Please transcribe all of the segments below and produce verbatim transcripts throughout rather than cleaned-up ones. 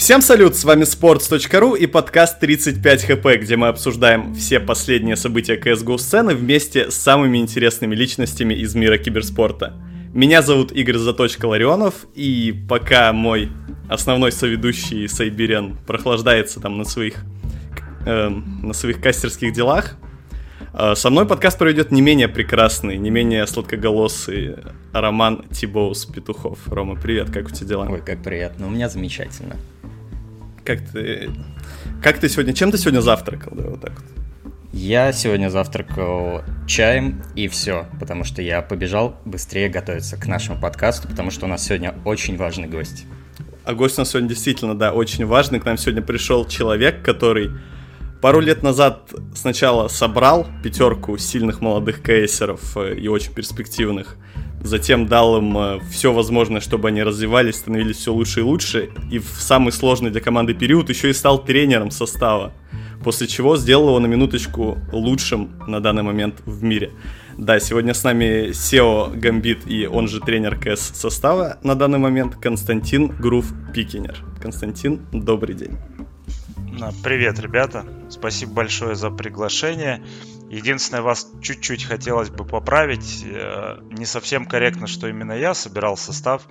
Всем салют, с вами спортс точка ру и подкаст тридцать пять хэ пэ, где мы обсуждаем все последние события си эс го сцены вместе с самыми интересными личностями из мира киберспорта. Меня зовут Игорь Заточка Ларионов, и пока мой основной соведущий Сайбириан прохлаждается там на своих, э, на своих кастерских делах, э, со мной подкаст проведет не менее прекрасный, не менее сладкоголосый Роман Тибоус Петухов. Рома, привет, как у тебя дела? Ой, как приятно, у меня замечательно. Как ты, как ты сегодня, чем ты сегодня завтракал, да, вот так вот? Я сегодня завтракал чаем и все, потому что я побежал быстрее готовиться к нашему подкасту, потому что у нас сегодня очень важный гость. А гость у нас сегодня действительно, да, очень важный. К нам сегодня пришел человек, который пару лет назад сначала собрал пятерку сильных молодых кейсеров и очень перспективных, затем дал им все возможное, чтобы они развивались, становились все лучше и лучше, и в самый сложный для команды период еще и стал тренером состава, после чего сделал его на минуточку лучшим на данный момент в мире. Да, сегодня с нами сео Gambit и он же тренер КС состава на данный момент Константин Грув Пикинер. Константин, добрый день. Привет, ребята. Спасибо большое за приглашение. Единственное, вас чуть-чуть хотелось бы поправить. Не совсем корректно, что именно я собирал состав.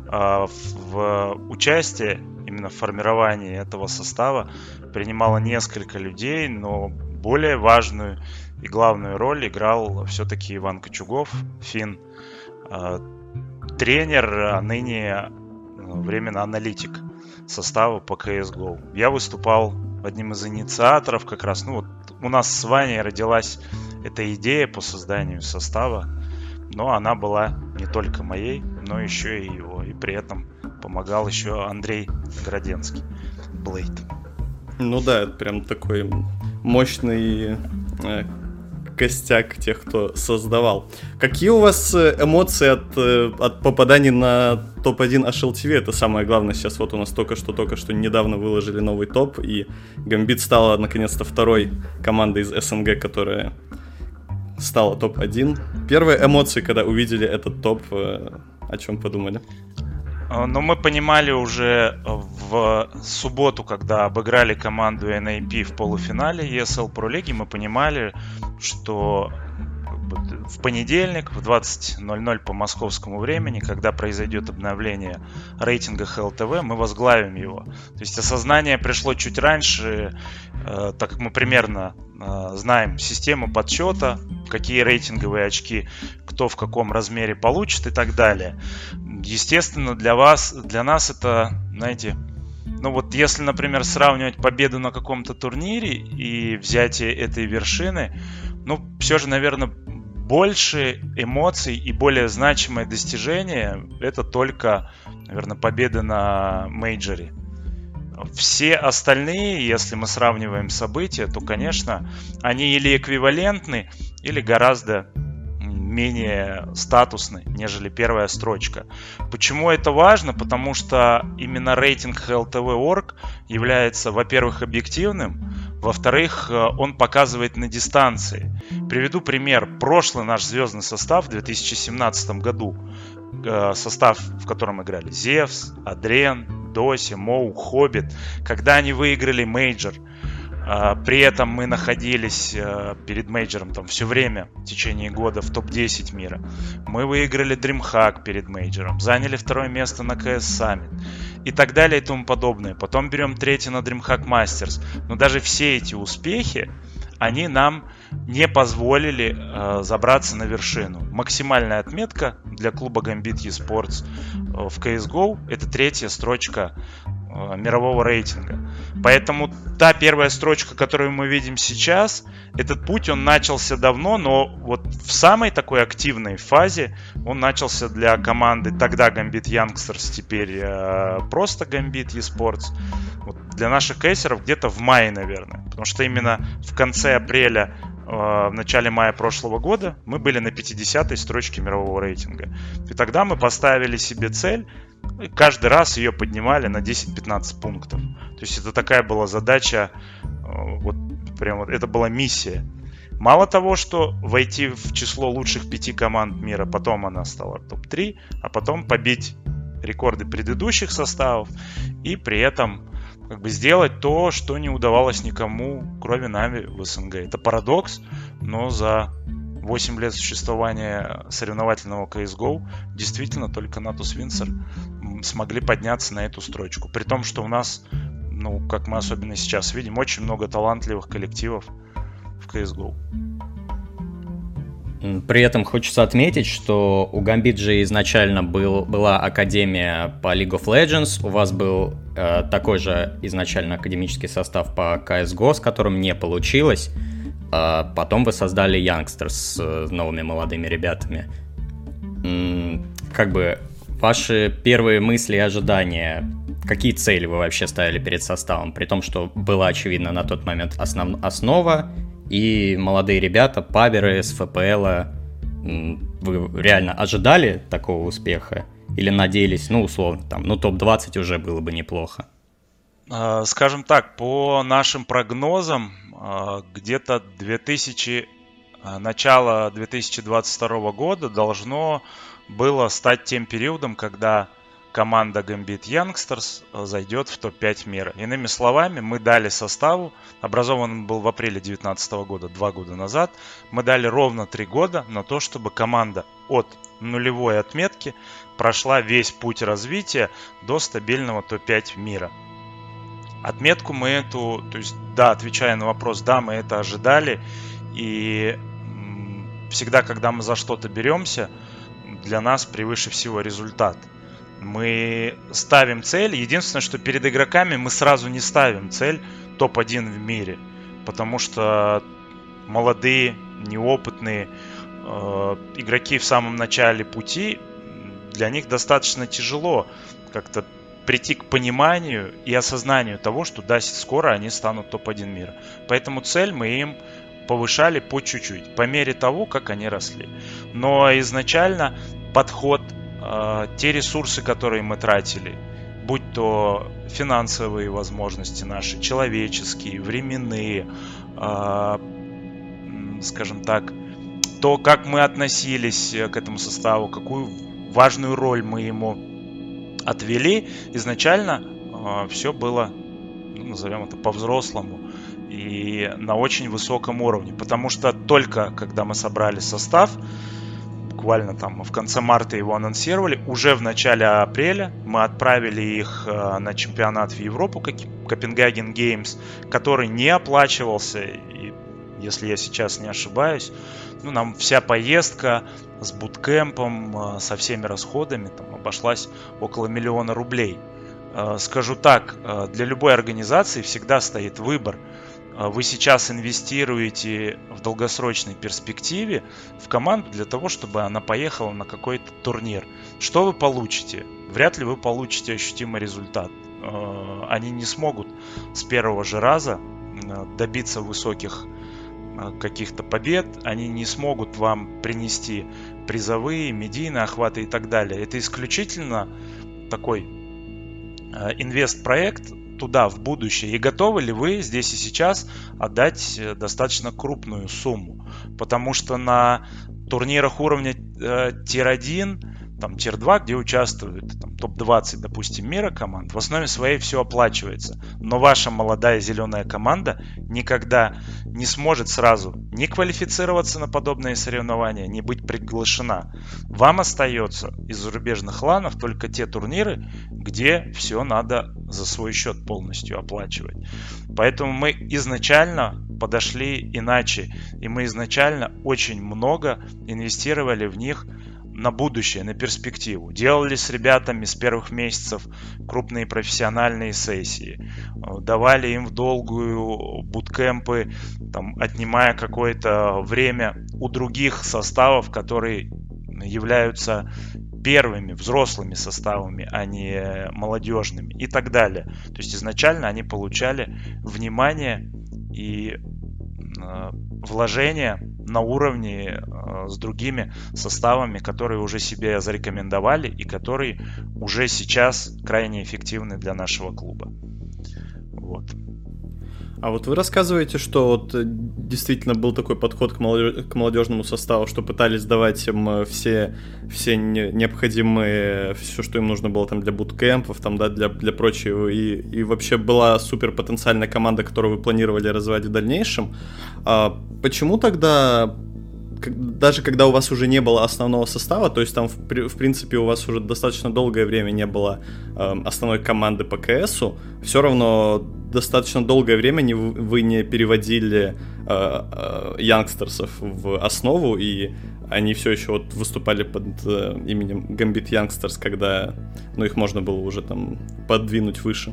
В участие, именно в формировании этого состава принимало несколько людей, но более важную и главную роль играл все-таки Иван Кочугов, финн, тренер, а ныне временно аналитик состава по си эс го. Я выступал одним из инициаторов как раз. Ну вот у нас с Ваней родилась эта идея по созданию состава, но она была не только моей, но еще и его. И при этом помогал еще Андрей Граденский, Блейд. Ну да, это прям такой мощный э, костяк тех, кто создавал. Какие у вас эмоции от, от попаданий на топ один эйч эл ти ви? Это самое главное сейчас. Вот у нас только что, только что недавно выложили новый топ, и Gambit стала наконец-то второй командой из эс эн гэ, которая стала топ один. Первые эмоции, когда увидели этот топ, о чем подумали? Но мы понимали уже в субботу, когда обыграли команду эн эй пи в полуфинале и эс эл Pro League, мы понимали, что в понедельник в двадцать ноль ноль по московскому времени, когда произойдет обновление рейтинга эйч эл ти ви, мы возглавим его. То есть осознание пришло чуть раньше, так как мы примерно знаем систему подсчета, какие рейтинговые очки кто в каком размере получит и так далее. Естественно, для вас, для нас это, знаете, ну вот если, например, сравнивать победу на каком-то турнире и взятие этой вершины, ну, все же, наверное, больше эмоций и более значимое достижение это только, наверное, победа на мейджоре. Все остальные, если мы сравниваем события, то, конечно, они или эквивалентны, или гораздо менее статусны, нежели первая строчка. Почему это важно? Потому что именно рейтинг эйч эл ти ви точка орг является, во-первых, объективным, во-вторых, он показывает на дистанции. Приведу пример. Прошлый наш звездный состав в две тысячи семнадцатом году, состав, в котором играли Зевс, Адрен, Доси, Моу, Хоббит, когда они выиграли мейджор, при этом мы находились перед мейджором там все время в течение года в топ десять мира. Мы выиграли DreamHack перед мейджором, заняли второе место на си эс Summit и так далее и тому подобное. Потом берем третье на DreamHack Masters. Но даже все эти успехи, они нам не позволили э, забраться на вершину. Максимальная отметка для клуба Gambit eSports э, в си эс го это третья строчка э, мирового рейтинга. Поэтому та первая строчка, которую мы видим сейчас, этот путь, он начался давно, но вот в самой такой активной фазе он начался для команды тогда Gambit Youngsters, теперь э, просто Gambit eSports. Вот для наших кейсеров где-то в мае, наверное. Потому что именно в конце апреля, э, в начале мая прошлого года мы были на пятидесятой строчке мирового рейтинга. И тогда мы поставили себе цель, и каждый раз ее поднимали на десять-пятнадцать пунктов. То есть это такая была задача, э, вот прям вот это была миссия. Мало того, что войти в число лучших пяти команд мира, потом она стала топ три, а потом побить рекорды предыдущих составов и при этом как бы сделать то, что не удавалось никому, кроме нами в СНГ. Это парадокс, но за восемь лет существования соревновательного си эс го действительно только Natus Windsor смогли подняться на эту строчку. При том, что у нас, ну, как мы особенно сейчас видим, очень много талантливых коллективов в си эс го. При этом хочется отметить, что у Gambit же изначально был, была академия по League of Legends, у вас был э, такой же изначально академический состав по си эс го, с которым не получилось. А потом вы создали Youngsters с э, новыми молодыми ребятами. М-м, как бы ваши первые мысли и ожидания, какие цели вы вообще ставили перед составом, при том, что была очевидна на тот момент основ- основа, и молодые ребята, паберы с эф пи эл, вы реально ожидали такого успеха? Или надеялись, ну, условно, там, ну, топ двадцать уже было бы неплохо? Скажем так, по нашим прогнозам, где-то две тысячи, начало две тысячи двадцать второго года должно было стать тем периодом, когда команда Gambit Youngsters зайдет в топ пять мира. Иными словами, мы дали составу, образован он был в апреле две тысячи девятнадцатого года, два года назад, мы дали ровно три года на то, чтобы команда от нулевой отметки прошла весь путь развития до стабильного топ пять мира. Отметку мы эту, то есть, да, отвечая на вопрос, да, мы это ожидали, и всегда, когда мы за что-то беремся, для нас превыше всего результат. Мы ставим цель. Единственное, что перед игроками мы сразу не ставим цель топ один в мире. Потому что молодые, неопытные э, игроки в самом начале пути, для них достаточно тяжело как-то прийти к пониманию и осознанию того, что да, скоро они станут топ один мира. Поэтому цель мы им повышали по чуть-чуть, по мере того, как они росли. Но изначально подход, те ресурсы, которые мы тратили, будь то финансовые возможности наши, человеческие, временные, скажем так, то, как мы относились к этому составу, какую важную роль мы ему отвели, изначально все было, ну, назовем это по-взрослому и на очень высоком уровне. Потому что только когда мы собрали состав, буквально там в конце марта его анонсировали, уже в начале апреля мы отправили их на чемпионат в Европу, Копенгаген Геймс, который не оплачивался, и если я сейчас не ошибаюсь, ну, нам вся поездка с буткемпом, со всеми расходами там обошлась около миллиона рублей. Скажу так, для любой организации всегда стоит выбор. Вы сейчас инвестируете в долгосрочной перспективе в команду для того, чтобы она поехала на какой-то турнир. Что вы получите? Вряд ли вы получите ощутимый результат. Они не смогут с первого же раза добиться высоких каких-то побед. Они не смогут вам принести призовые, медийные охваты и так далее. Это исключительно такой инвест-проект туда, в будущее. И готовы ли вы здесь и сейчас отдать достаточно крупную сумму? Потому что на турнирах уровня э, тир один, там тир два, где участвуют там, топ двадцать, допустим, мира команд, в основе своей все оплачивается. Но ваша молодая зеленая команда никогда не сможет сразу не квалифицироваться на подобные соревнования, не быть приглашена. Вам остается из зарубежных ланов только те турниры, где все надо за свой счет полностью оплачивать. Поэтому мы изначально подошли иначе. И мы изначально очень много инвестировали в них на будущее, на перспективу. Делали с ребятами с первых месяцев крупные профессиональные сессии. Давали им в долгую буткемпы, там, отнимая какое-то время у других составов, которые являются первыми взрослыми составами, а не молодежными и так далее. То есть изначально они получали внимание и э, вложения на уровне э, с другими составами, которые уже себя зарекомендовали и которые уже сейчас крайне эффективны для нашего клуба. Вот. А вот вы рассказываете, что вот действительно был такой подход к, молодеж... к молодежному составу, что пытались давать им все, все необходимые, все, что им нужно было там для буткемпов, там, да, для, для прочего, и, и вообще была супер потенциальная команда, которую вы планировали развивать в дальнейшем. А почему тогда, даже когда у вас уже не было основного состава, то есть там в, в принципе у вас уже достаточно долгое время не было э, основной команды по КСу, все равно достаточно долгое время не, вы не переводили янгстерсов э, э, в основу, и они все еще вот выступали под э, именем Gambit Youngsters, когда ну, их можно было уже там подвинуть выше?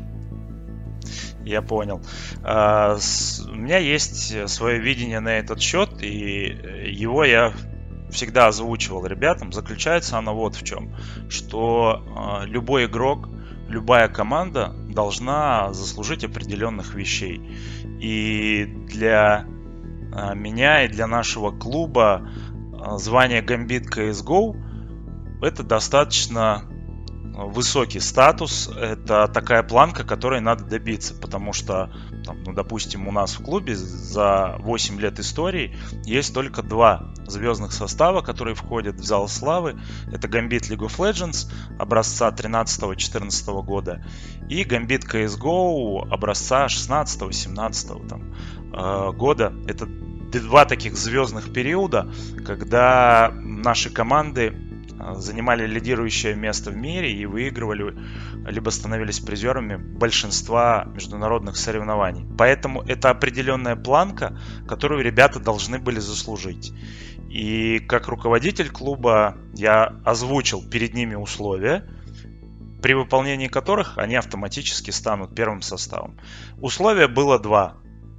Я понял. Uh, с, у меня есть свое видение на этот счет, и его я всегда озвучивал ребятам. Заключается оно вот в чем, что uh, любой игрок, любая команда должна заслужить определенных вещей. И для uh, меня и для нашего клуба uh, звание Gambit си эс го это достаточно высокий статус, это такая планка, которой надо добиться, потому что, там, ну, допустим, у нас в клубе за восемь лет истории есть только два звездных состава, которые входят в зал славы. Это Gambit League of Legends образца тринадцатого-четырнадцатого года и Gambit си эс го образца шестнадцатого-семнадцатого там, э, года. Это два таких звездных периода, когда наши команды занимали лидирующее место в мире и выигрывали, либо становились призерами большинства международных соревнований. Поэтому это определенная планка, которую ребята должны были заслужить. И как руководитель клуба я озвучил перед ними условия, при выполнении которых они автоматически станут первым составом. Условия было два.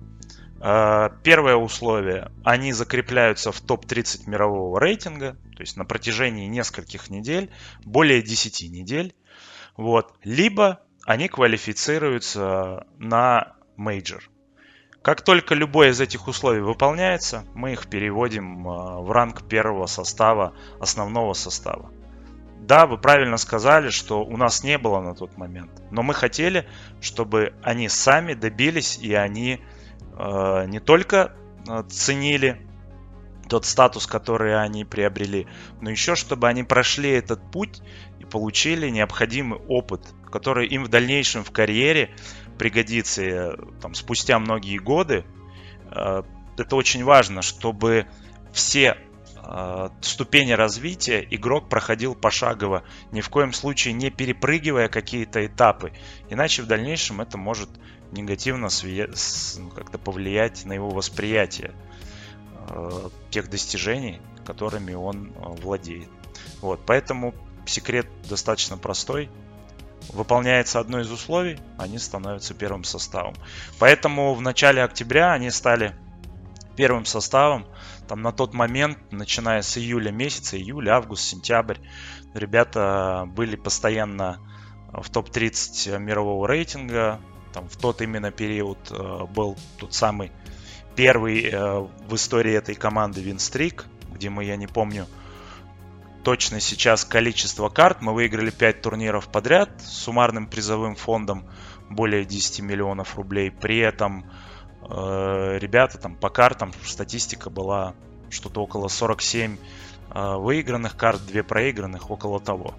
Первое условие, они закрепляются в топ тридцать мирового рейтинга, то есть на протяжении нескольких недель, более десяти недель, вот, либо они квалифицируются на мейджор. Как только любое из этих условий выполняется, мы их переводим в ранг первого состава, основного состава. Да, вы правильно сказали, что у нас не было на тот момент, но мы хотели, чтобы они сами добились и они не только ценили тот статус, который они приобрели, но еще чтобы они прошли этот путь и получили необходимый опыт, который им в дальнейшем в карьере пригодится там, спустя многие годы. Это очень важно, чтобы все ступени развития игрок проходил пошагово, ни в коем случае не перепрыгивая какие-то этапы, иначе в дальнейшем это может негативно как-то повлиять на его восприятие э, тех достижений, которыми он э, владеет. Вот, поэтому секрет достаточно простой. Выполняется одно из условий, они становятся первым составом. Поэтому в начале октября они стали первым составом. Там на тот момент, начиная с июля месяца, июль, август, сентябрь, ребята были постоянно в топ тридцать мирового рейтинга. Там в тот именно период э, был тот самый первый э, в истории этой команды винстрик, где мы, я не помню точно сейчас количество карт, мы выиграли пять турниров подряд с суммарным призовым фондом более десять миллионов рублей. При этом э, ребята там по картам, статистика была что-то около сорок семь э, выигранных карт, две проигранных, около того.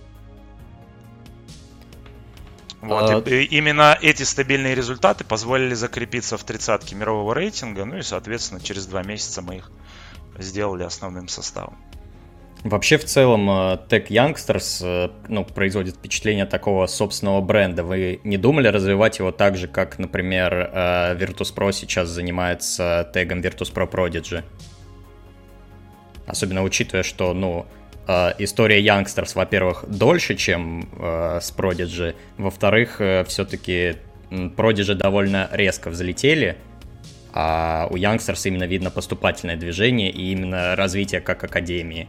Вот, а... и, и именно эти стабильные результаты позволили закрепиться в тридцатке мирового рейтинга, ну и, соответственно, через два месяца мы их сделали основным составом. Вообще, в целом, Tech Youngsters ну, производит впечатление такого собственного бренда. Вы не думали развивать его так же, как, например, Virtus.pro сейчас занимается тегом Virtus.pro Prodigy? Особенно учитывая, что, ну, история Youngsters, во-первых, дольше, чем э, с Prodigy. Во-вторых, э, все-таки Prodigy довольно резко взлетели, а у Youngsters именно видно поступательное движение и именно развитие как академии.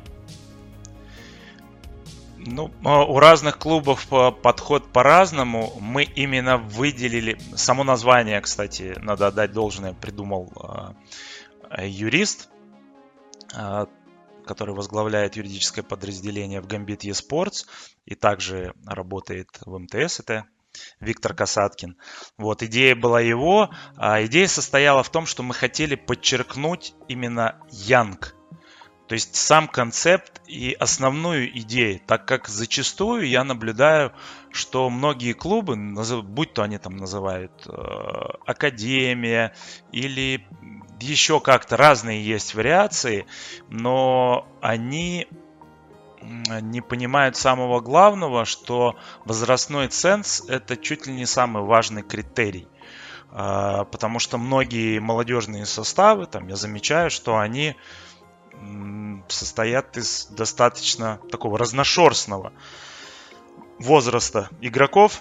Ну, у разных клубов подход по-разному. Мы именно выделили... Само название, кстати, надо отдать должное, придумал э, юрист, э, который возглавляет юридическое подразделение в Gambit eSports и также работает в эм тэ эс. Это Виктор Касаткин. Вот, идея была его. А идея состояла в том, что мы хотели подчеркнуть именно янг. То есть сам концепт и основную идею, так как зачастую я наблюдаю, что многие клубы, будь то они там называют э, академия или еще как-то, разные есть вариации, но они не понимают самого главного, что возрастной ценз – это чуть ли не самый важный критерий. Э, потому что многие молодежные составы, там я замечаю, что они состоят из достаточно такого разношерстного возраста игроков.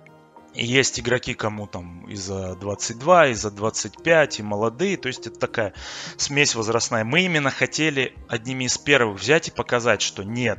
И есть игроки, кому там и за двадцать два, и за двадцать пять, и молодые. То есть это такая смесь возрастная. Мы именно хотели одними из первых взять и показать, что нет,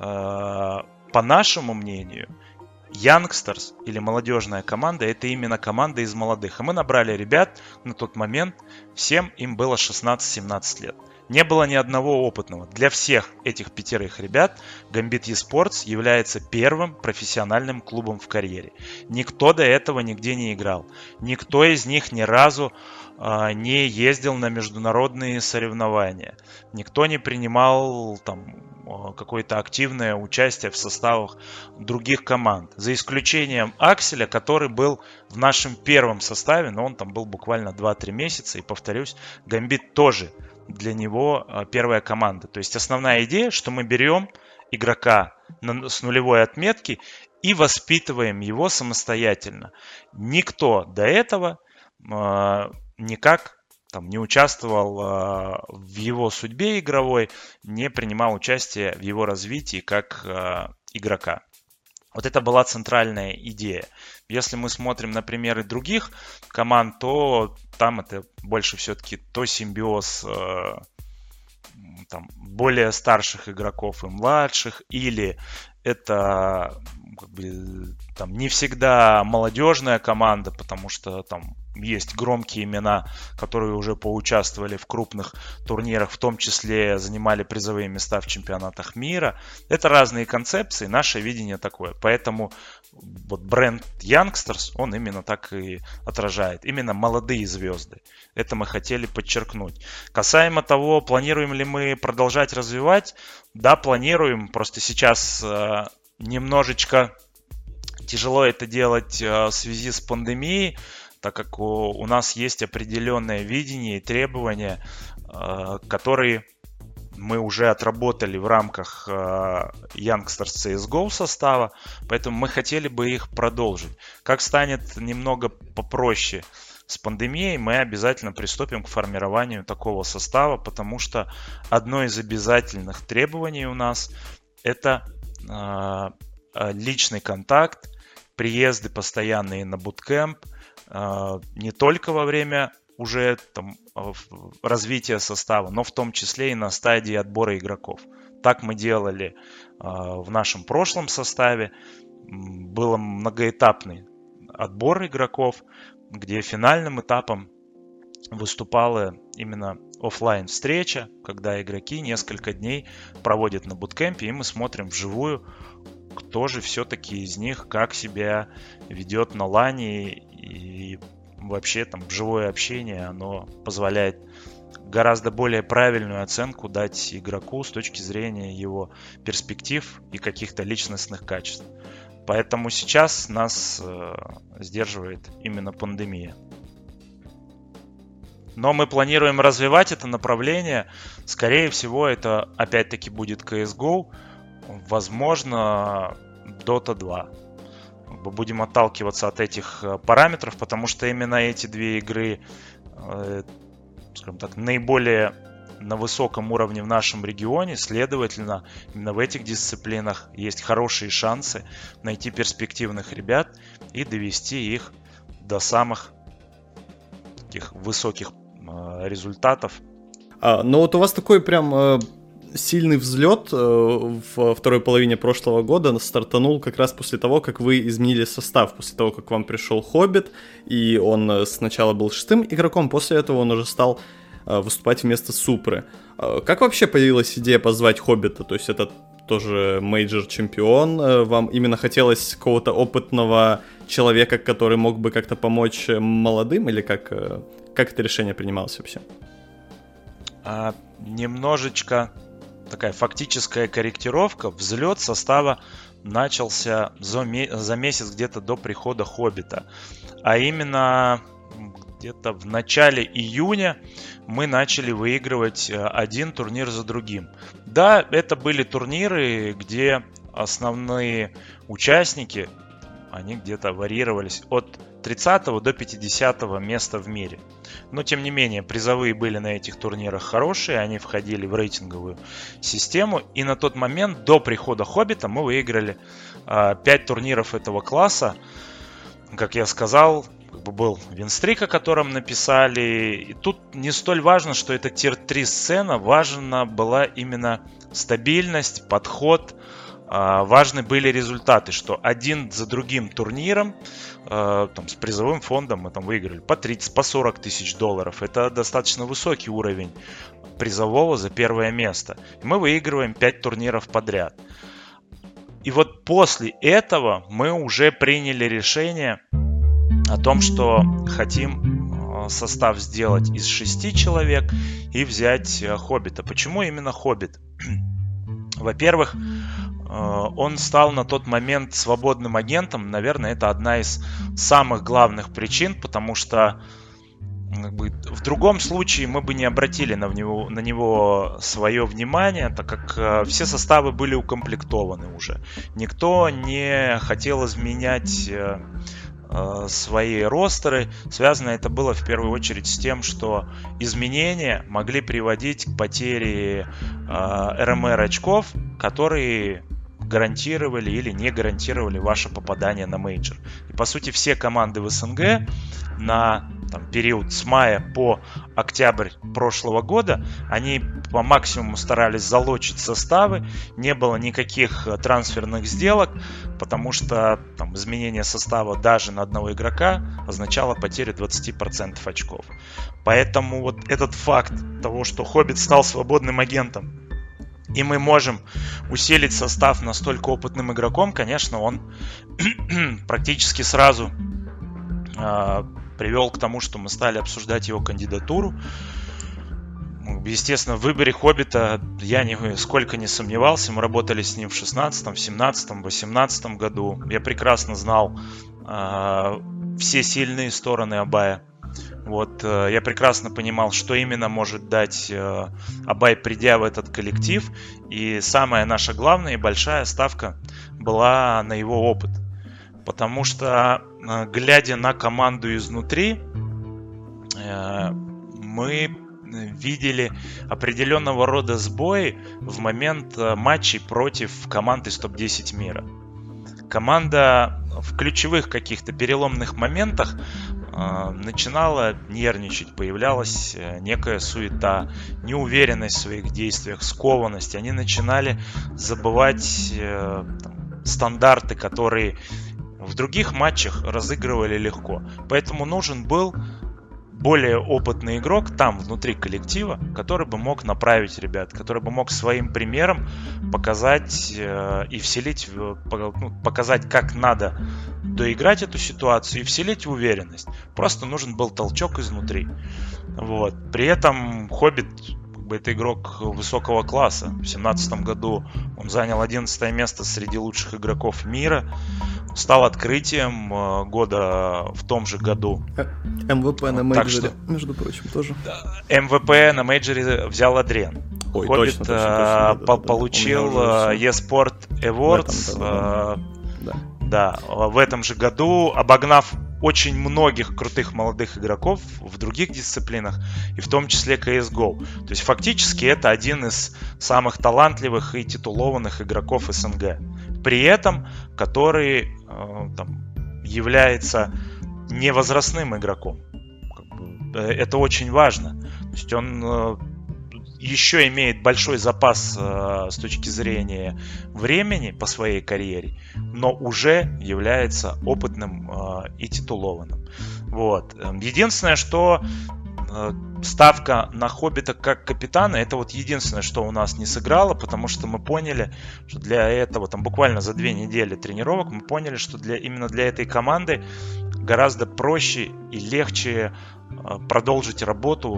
по нашему мнению, Youngsters или молодежная команда — это именно команда из молодых. И мы набрали ребят на тот момент, всем им было шестнадцать-семнадцать лет. Не было ни одного опытного. Для всех этих пятерых ребят Gambit eSports является первым профессиональным клубом в карьере. Никто до этого нигде не играл. Никто из них ни разу э, не ездил на международные соревнования. Никто не принимал там какое-то активное участие в составах других команд. За исключением Акселя, который был в нашем первом составе, но он там был буквально два-три месяца. И повторюсь, Gambit тоже для него первая команда. То есть основная идея, что мы берем игрока с нулевой отметки и воспитываем его самостоятельно. Никто до этого э, никак там, не участвовал э, в его судьбе игровой, не принимал участие в его развитии как э, игрока. Вот это была центральная идея. Если мы смотрим на примеры других команд, то там это больше все-таки то симбиоз э, там, более старших игроков и младших, или это как бы, там, не всегда молодежная команда, потому что там есть громкие имена, которые уже поучаствовали в крупных турнирах, в том числе занимали призовые места в чемпионатах мира. Это разные концепции, наше видение такое. Поэтому вот бренд Youngsters, он именно так и отражает. Именно молодые звезды. Это мы хотели подчеркнуть. Касаемо того, планируем ли мы продолжать развивать, да, планируем. Просто сейчас э, немножечко тяжело это делать э, в связи с пандемией, так как у, у нас есть определенное видение и требования, э, которые мы уже отработали в рамках э, Youngsters си эс го состава, поэтому мы хотели бы их продолжить. Как станет немного попроще с пандемией, мы обязательно приступим к формированию такого состава, потому что одно из обязательных требований у нас – это э, личный контакт, приезды постоянные на буткэмп, не только во время уже там, развития состава, но в том числе и на стадии отбора игроков. Так мы делали в нашем прошлом составе. Был многоэтапный отбор игроков, где финальным этапом выступала именно офлайн встреча, когда игроки несколько дней проводят на буткэмпе, и мы смотрим вживую, кто же все-таки из них как себя ведет на лане, и вообще там живое общение, оно позволяет гораздо более правильную оценку дать игроку с точки зрения его перспектив и каких-то личностных качеств. Поэтому сейчас нас э, сдерживает именно пандемия. Но мы планируем развивать это направление. Скорее всего, это опять-таки будет си эс го, возможно, дота два. Будем отталкиваться от этих параметров, потому что именно эти две игры, скажем так, наиболее на высоком уровне в нашем регионе. Следовательно, именно в этих дисциплинах есть хорошие шансы найти перспективных ребят и довести их до самых таких высоких результатов. А, ну вот у вас такой прям э, сильный взлет э, в второй половине прошлого года стартанул как раз после того, как вы изменили состав, после того, как к вам пришел Хоббит, и он сначала был шестым игроком, после этого он уже стал э, выступать вместо Супры. Э, как вообще появилась идея позвать Хоббита? То есть это тоже мейджор чемпион, э, вам именно хотелось какого-то опытного человека, который мог бы как-то помочь молодым, или как, как это решение принималось вообще? А, немножечко такая фактическая корректировка. Взлет состава начался за, за месяц где-то до прихода Хоббита. А именно где-то в начале июня мы начали выигрывать один турнир за другим. Да, это были турниры, где основные участники, они где-то варьировались от тридцатого до пятидесятого места в мире. Но, тем не менее, призовые были на этих турнирах хорошие, они входили в рейтинговую систему. И на тот момент, до прихода Хоббита, мы выиграли э, пять турниров этого класса. Как я сказал, как бы был винстрик, о котором написали. И тут не столь важно, что это тир три сцена, важна была именно стабильность, подход. Важны были результаты, что один за другим турниром э, там, с призовым фондом мы там выиграли по тридцать, по сорок тысяч долларов. Это достаточно высокий уровень призового за первое место. И мы выигрываем пять турниров подряд. И вот после этого мы уже приняли решение о том, что хотим состав сделать из шести человек и взять Хоббита. Почему именно Хоббит? Во-первых, он стал на тот момент свободным агентом. Наверное, это одна из самых главных причин, потому что как бы, в другом случае мы бы не обратили на него, на него свое внимание, так как все составы были укомплектованы уже. Никто не хотел изменять свои ростеры. Связано это было в первую очередь с тем, что изменения могли приводить к потере эр эм эр очков, которые гарантировали или не гарантировали ваше попадание на мейджор. И по сути все команды в СНГ на там, период с мая по октябрь прошлого года, они по максимуму старались залочить составы, не было никаких трансферных сделок, потому что там, изменение состава даже на одного игрока означало потерю двадцать процентов очков. Поэтому вот этот факт того, что Хоббит стал свободным агентом, и мы можем усилить состав настолько опытным игроком, конечно, он практически сразу э, привел к тому, что мы стали обсуждать его кандидатуру. Естественно, в выборе Хоббита я нисколько не сомневался. Мы работали с ним в шестнадцатом, в семнадцатом, восемнадцатом году. Я прекрасно знал э, все сильные стороны Абая. Вот, э, я прекрасно понимал, что именно может дать э, Абай, придя в этот коллектив. И самая наша главная и большая ставка была на его опыт. Потому что, э, глядя на команду изнутри, э, мы видели определенного рода сбои в момент э, матчей против команд из топ десять мира. Команда в ключевых каких-то переломных моментах начинала нервничать, появлялась некая суета, неуверенность в своих действиях, скованность. Они начинали забывать там, стандарты, которые в других матчах разыгрывали легко. Поэтому нужен был более опытный игрок там, внутри коллектива, который бы мог направить ребят, который бы мог своим примером показать э, и вселить, ну, показать, как надо доиграть эту ситуацию и вселить уверенность. Просто нужен был толчок изнутри. Вот. При этом Хоббит, как бы, это игрок высокого класса. В две тысячи семнадцатом году он занял одиннадцатое место среди лучших игроков мира. Стал открытием года в том же году. эм ви пи на мейджоре, что, между прочим, тоже. эм ви пи на мейджоре взял Адриан. Ой, Хоббит точно, точно, точно, по- да, получил да, eSport Awards. Да, да. Да, в этом же году, обогнав очень многих крутых молодых игроков в других дисциплинах, и в том числе си эс го. То есть фактически это один из самых талантливых и титулованных игроков СНГ. При этом, который э, там, является невозрастным игроком. Это очень важно. То есть он э, еще имеет большой запас э, с точки зрения времени по своей карьере, но уже является опытным э, и титулованным. Вот. Единственное, что ставка на Хоббита как капитана, это вот единственное, что у нас не сыграло, потому что мы поняли, что для этого, там буквально за две недели тренировок, мы поняли, что для, именно для этой команды гораздо проще и легче продолжить работу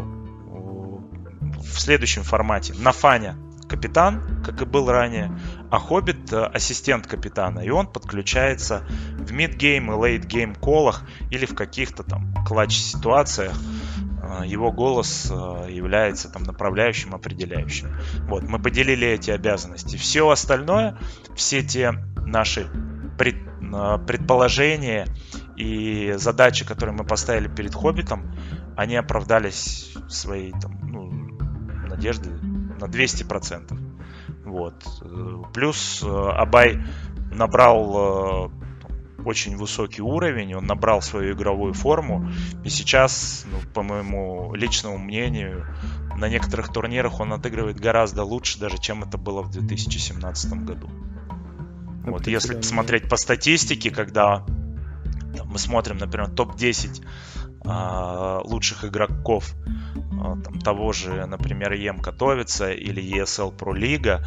в следующем формате. Нафаня капитан, как и был ранее, а Хоббит ассистент капитана, и он подключается в мид-гейм и лейт-гейм колах или в каких-то там клатч-ситуациях. Его голос является там направляющим, определяющим. Вот, мы поделили эти обязанности. Все остальное, все те наши пред, предположения и задачи, которые мы поставили перед Хоббитом, они оправдались своей там, ну, надежды на двести процентов. Вот. Плюс Абай набрал очень высокий уровень, он набрал свою игровую форму, и сейчас, ну, по моему личному мнению, на некоторых турнирах он отыгрывает гораздо лучше, даже чем это было в две тысячи семнадцатом году. Вот, если посмотреть по статистике, когда там, мы смотрим, например, топ десять а, лучших игроков а, там, того же, например, ЕМ Катовица или и эс эл Pro League,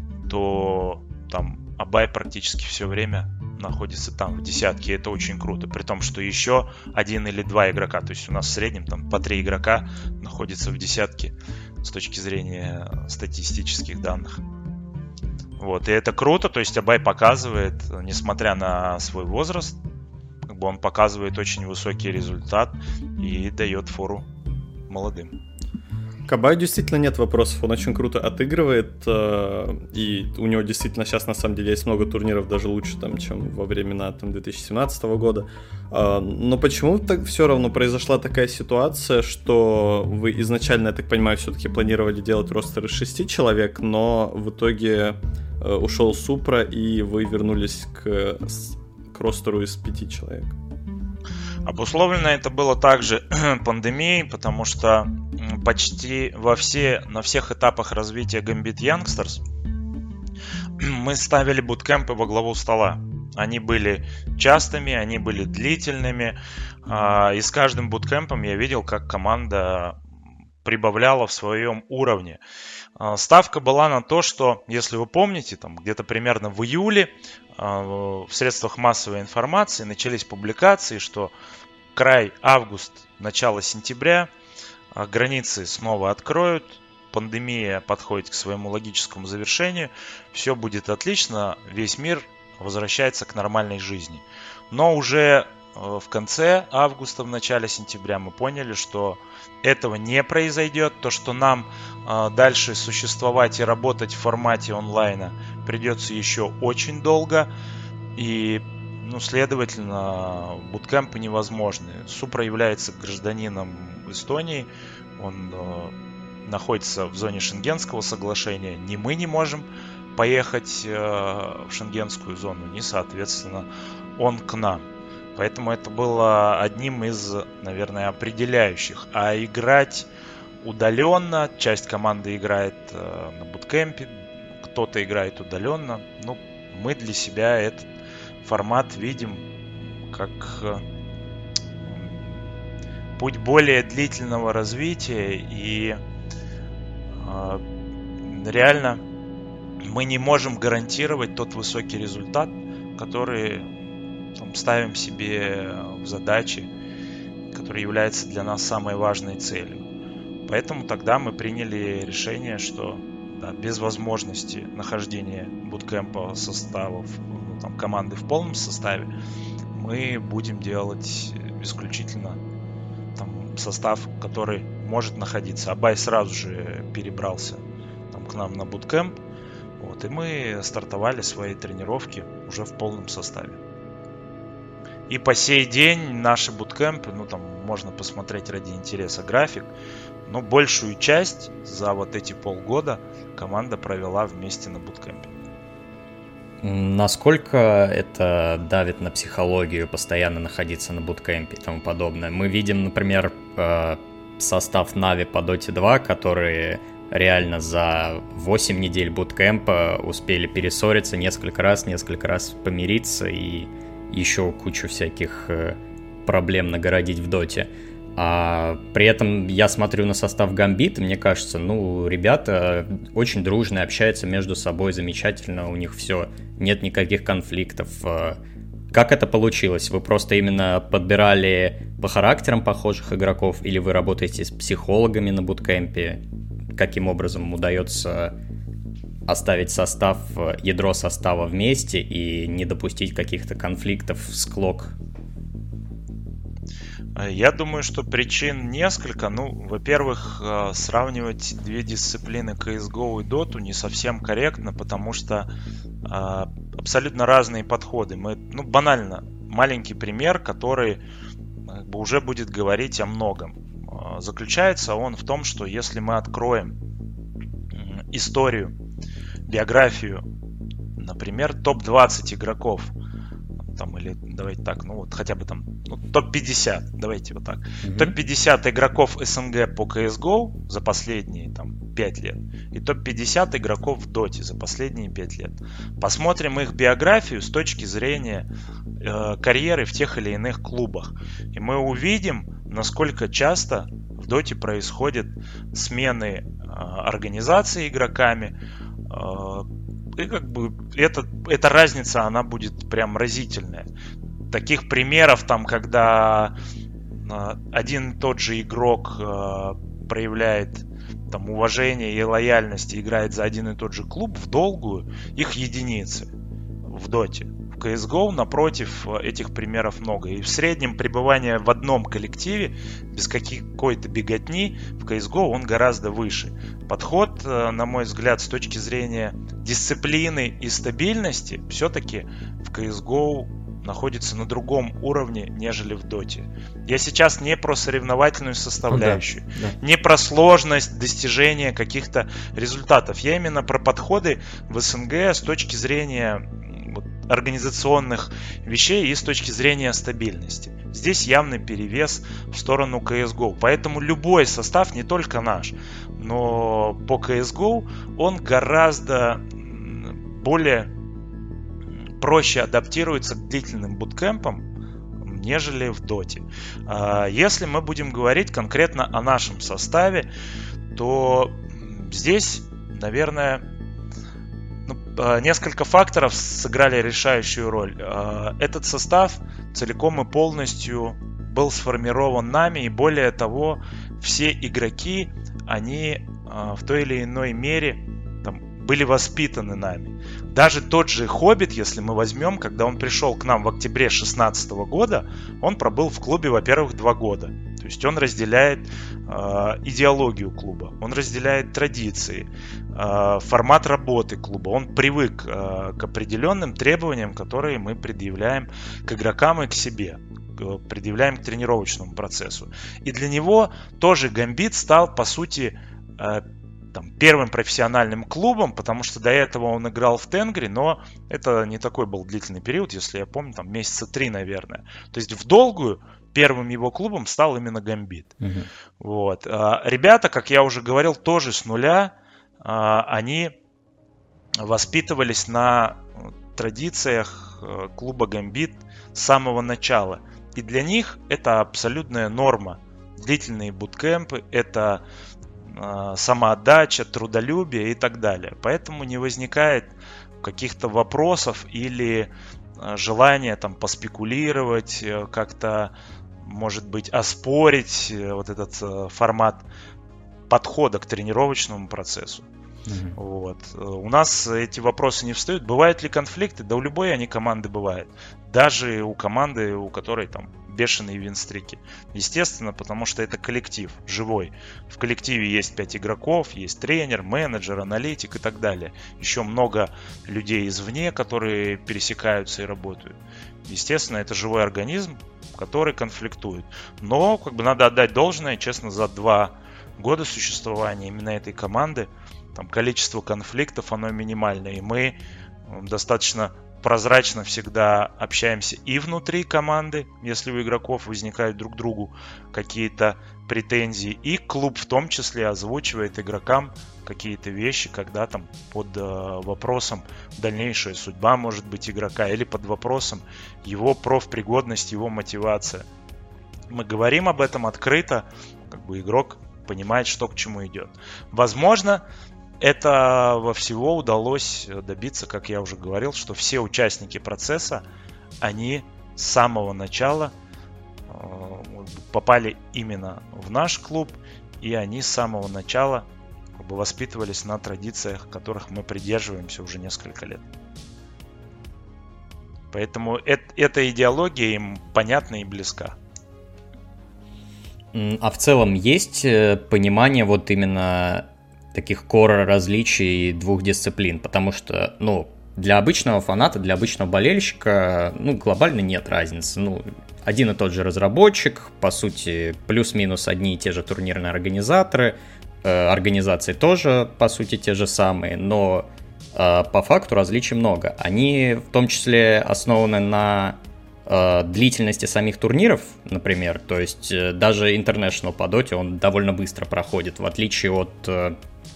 то там Абай практически все время находится там в десятке, и это очень круто, при том, что еще один или два игрока, то есть у нас в среднем там по три игрока находится в десятке с точки зрения статистических данных. Вот, и это круто, то есть Абай показывает, несмотря на свой возраст, как бы он показывает очень высокий результат и дает фору молодым. К Абаю действительно нет вопросов, он очень круто отыгрывает, и у него действительно сейчас на самом деле есть много турниров, даже лучше, там, чем во времена там, две тысячи семнадцатого года. Но почему так все равно произошла такая ситуация, что вы изначально, я так понимаю, все-таки планировали делать ростер из шести человек, но в итоге ушел Супра, и вы вернулись к, к ростеру из пяти человек? Обусловлено это было также пандемией, потому что почти во все, на всех этапах развития Gambit Youngsters мы ставили буткемпы во главу стола. Они были частыми, они были длительными, и с каждым буткемпом я видел, как команда прибавляла в своем уровне. Ставка была на то, что, если вы помните, там где-то примерно в июле в средствах массовой информации начались публикации, что край август, начало сентября, границы снова откроют, пандемия подходит к своему логическому завершению, все будет отлично, весь мир возвращается к нормальной жизни. Но уже в конце августа, в начале сентября мы поняли, что этого не произойдет. То, что нам э, дальше существовать и работать в формате онлайна придется еще очень долго. И, ну, следовательно, буткемпы невозможны. Супра является гражданином Эстонии. Он э, находится в зоне Шенгенского соглашения. Ни мы не можем поехать э, в Шенгенскую зону, ни, соответственно, он к нам. Поэтому это было одним из, наверное, определяющих. А играть удаленно, часть команды играет э, на буткемпе, кто-то играет удаленно. Ну, мы для себя этот формат видим как э, путь более длительного развития. И э, реально мы не можем гарантировать тот высокий результат, который ставим себе в задачи, который является для нас самой важной целью. Поэтому тогда мы приняли решение, что да, без возможности нахождения буткемпа составов, ну, там, команды в полном составе, мы будем делать исключительно там, состав, который может находиться. Абай сразу же перебрался там, к нам на буткемп, вот, и мы стартовали свои тренировки уже в полном составе. И по сей день наши буткемпы, ну там можно посмотреть ради интереса график, но большую часть за вот эти полгода команда провела вместе на буткемпе. Насколько это давит на психологию постоянно находиться на буткемпе и тому подобное? Мы видим, например, состав Нави по Доте два, которые реально за восемь недель буткемпа успели перессориться несколько раз, несколько раз помириться и еще кучу всяких проблем нагородить в доте. А при этом я смотрю на состав Gambit, и мне кажется, ну, ребята очень дружно общаются между собой, замечательно, у них все, нет никаких конфликтов. Как это получилось? Вы просто именно подбирали по характерам похожих игроков, или вы работаете с психологами на буткемпе? Каким образом удается оставить состав, ядро состава вместе и не допустить каких-то конфликтов, склок? Я думаю, что причин несколько. Ну, во-первых, сравнивать две дисциплины си эс го и Dota не совсем корректно, потому что а, абсолютно разные подходы. Мы, ну, банально, маленький пример, который как бы, уже будет говорить о многом. Заключается он в том, что если мы откроем историю, биографию, например, топ двадцать игроков, там, или давайте так, ну вот хотя бы там ну, топ пятьдесят, давайте вот так. Mm-hmm. топ пятьдесят игроков эс эн гэ по си эс го за последние там пять лет и топ пятьдесят игроков в Доте за последние пять лет. Посмотрим их биографию с точки зрения э, карьеры в тех или иных клубах. И мы увидим, насколько часто в Доте происходят смены э, организации игроками. Э, И как бы это, эта разница, она будет прям разительная. Таких примеров, там, когда один и тот же игрок э, проявляет там, уважение и лояльность и играет за один и тот же клуб в долгую, их единицы в Доте. В си эс го, напротив, этих примеров много. И в среднем пребывание в одном коллективе без какой-то беготни в си эс го он гораздо выше. Подход, на мой взгляд, с точки зрения дисциплины и стабильности, все-таки в си эс го находится на другом уровне, нежели в Доте. Я сейчас не про соревновательную составляющую, да, да. не про сложность достижения каких-то результатов. Я именно про подходы в эс эн гэ с точки зрения вот, организационных вещей и с точки зрения стабильности. Здесь явный перевес в сторону си эс го. Поэтому любой состав, не только наш, но по си эс го он гораздо более проще адаптируется к длительным буткемпам, нежели в Доте. Если мы будем говорить конкретно о нашем составе, то здесь, наверное, ну, несколько факторов сыграли решающую роль. Этот состав целиком и полностью был сформирован нами, и более того, все игроки, они в той или иной мере там, были воспитаны нами. Даже тот же Хоббит, если мы возьмем, когда он пришел к нам в октябре две тысячи шестнадцатого года, он пробыл в клубе, во-первых, два года. То есть он разделяет э, идеологию клуба, он разделяет традиции, э, формат работы клуба. Он привык э, к определенным требованиям, которые мы предъявляем к игрокам и к себе, предъявляем к тренировочному процессу. И для него тоже Gambit стал, по сути, э, там, первым профессиональным клубом, потому что до этого он играл в Тенгри, но это не такой был длительный период, если я помню, там месяца три, наверное. То есть в долгую первым его клубом стал именно Gambit. Uh-huh. Вот. Ребята, как я уже говорил, тоже с нуля, они воспитывались на традициях клуба Gambit с самого начала. И для них это абсолютная норма. Длительные буткемпы, это самоотдача, трудолюбие и так далее. Поэтому не возникает каких-то вопросов или желания там поспекулировать, как-то, может быть, оспорить вот этот формат подхода к тренировочному процессу. Mm-hmm. Вот. У нас эти вопросы не встают. Бывают ли конфликты? Да у любой они команды бывают. Даже у команды, у которой там бешеные винстрики. Естественно, потому что это коллектив живой. В коллективе есть пять игроков, есть тренер, менеджер, аналитик и так далее. Еще много людей извне, которые пересекаются и работают. Естественно, это живой организм, который конфликтует. Но как бы надо отдать должное, честно, за два года существования именно этой команды там количество конфликтов, оно минимальное. И мы достаточно прозрачно всегда общаемся и внутри команды, если у игроков возникают друг к другу какие-то претензии, и клуб в том числе озвучивает игрокам какие-то вещи, когда там под э, вопросом дальнейшая судьба может быть игрока, или под вопросом его профпригодность, его мотивация. мы говорим об этом открыто, как бы игрок понимает, что к чему идет. Возможно, этого всего удалось добиться, как я уже говорил, что все участники процесса, они с самого начала попали именно в наш клуб, и они с самого начала как бы воспитывались на традициях, которых мы придерживаемся уже несколько лет. Поэтому это, эта идеология им понятна и близка. А в целом есть понимание вот именно таких кор различий двух дисциплин? Потому что, ну, для обычного фаната, для обычного болельщика, ну, глобально нет разницы. Ну, один и тот же разработчик, по сути, плюс-минус одни и те же турнирные организаторы, э, организации тоже, по сути, те же самые, но э, по факту различий много. Они в том числе основаны на э, длительности самих турниров, например, то есть э, даже International по доте, он довольно быстро проходит, в отличие от э,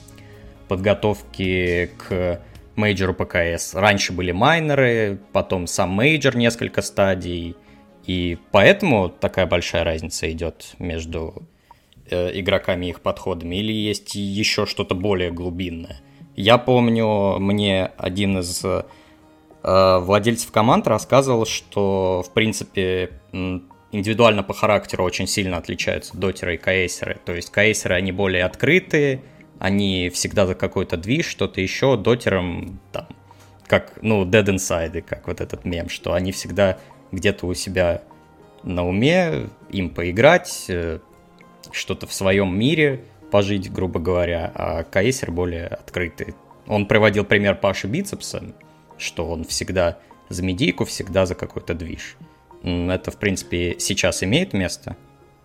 подготовки к мейджору по КС. Раньше были майнеры, потом сам мейджор несколько стадий, и поэтому такая большая разница идет между э, игроками и их подходами, или есть еще что-то более глубинное? Я помню, мне один из э, владельцев команд рассказывал, что, в принципе, индивидуально по характеру очень сильно отличаются дотеры и кейсеры. То есть кейсеры, они более открытые, они всегда за какой-то движ, что-то еще. Дотерам, там, как, ну, Dead Inside, как вот этот мем, что они всегда где-то у себя на уме, им поиграть, что-то в своем мире пожить, грубо говоря, а кейсер более открытый. Он приводил пример Паши Бицепса, что он всегда за медийку, всегда за какой-то движ. Это, в принципе, сейчас имеет место?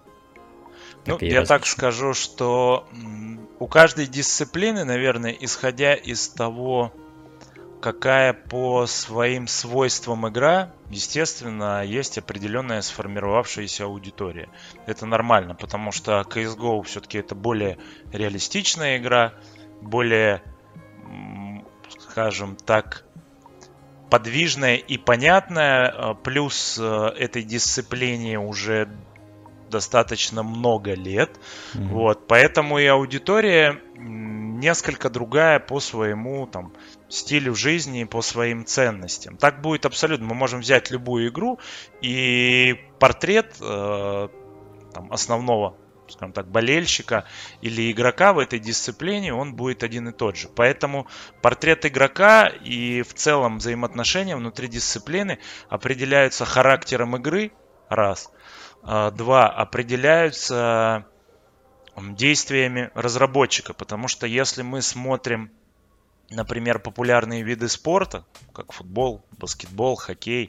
Ну, я так скажу, что у каждой дисциплины, наверное, исходя из того, какая по своим свойствам игра, естественно, есть определенная сформировавшаяся аудитория. Это нормально, потому что си эс го все-таки это более реалистичная игра, более, скажем так, подвижная и понятная, плюс этой дисциплине уже достаточно много лет, mm-hmm. вот, поэтому и аудитория несколько другая по своему там стилю жизни, по своим ценностям. Так будет абсолютно. Мы можем взять любую игру, и портрет э, там, основного, скажем так, болельщика или игрока в этой дисциплине, он будет один и тот же. Поэтому портрет игрока и в целом взаимоотношения внутри дисциплины определяются характером игры, раз. Два, определяются действиями разработчика, потому что если мы смотрим, например, популярные виды спорта, как футбол, баскетбол, хоккей,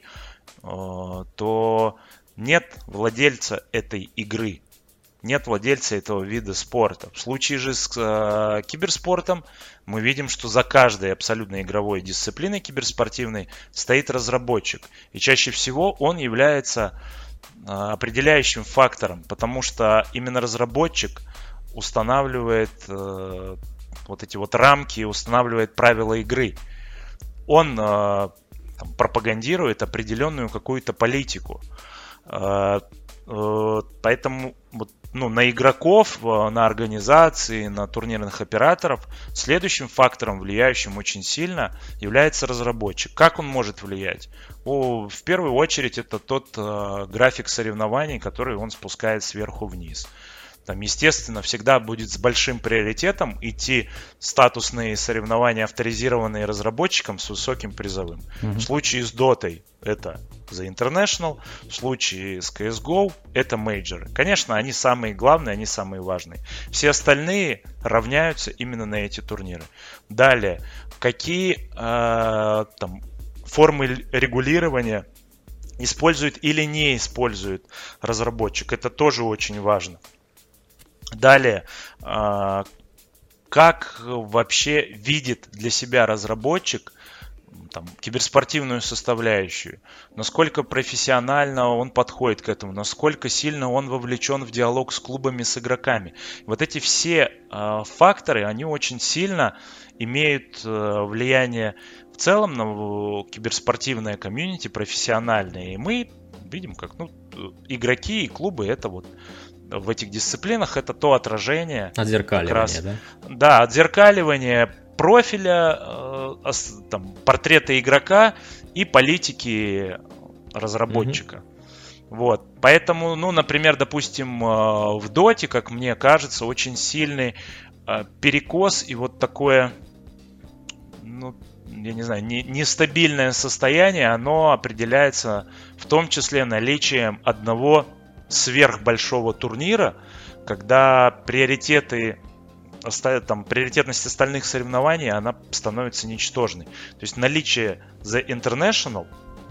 то нет владельца этой игры, нет владельца этого вида спорта. В случае же с киберспортом мы видим, что за каждой абсолютно игровой дисциплиной киберспортивной стоит разработчик, и чаще всего он является определяющим фактором, потому что именно разработчик устанавливает э, вот эти вот рамки, устанавливает правила игры. Он э, там, пропагандирует определенную какую-то политику. Э, э, поэтому вот, ну, на игроков, на организации, на турнирных операторов следующим фактором, влияющим очень сильно, является разработчик. Как он может влиять? О, в первую очередь это тот э, график соревнований, который он спускает сверху вниз. Там, естественно, всегда будет с большим приоритетом идти статусные соревнования, авторизированные разработчиком с высоким призовым. Mm-hmm. В случае с Дотой это The International, в случае с си эс го это мейджоры. Конечно, они самые главные, они самые важные. Все остальные равняются именно на эти турниры. Далее, какие э, там, формы регулирования использует или не использует разработчик. Это тоже очень важно. Далее, как вообще видит для себя разработчик там, киберспортивную составляющую, насколько профессионально он подходит к этому, насколько сильно он вовлечен в диалог с клубами, с игроками. Вот эти все факторы, они очень сильно имеют влияние в целом на киберспортивное комьюнити, профессиональное. И мы видим, как, ну, игроки и клубы это вот в этих дисциплинах это то отражение. Отзеркаливание, раз, да? Да, отзеркаливание профиля, э, там, портрета игрока и политики разработчика. Mm-hmm. Вот. Поэтому, ну, например, допустим, в Доте, как мне кажется, очень сильный э, перекос и вот такое, ну, я не знаю, не, нестабильное состояние, оно определяется в том числе наличием одного сверхбольшого турнира, когда приоритеты, там, приоритетность остальных соревнований, она становится ничтожной. То есть наличие The International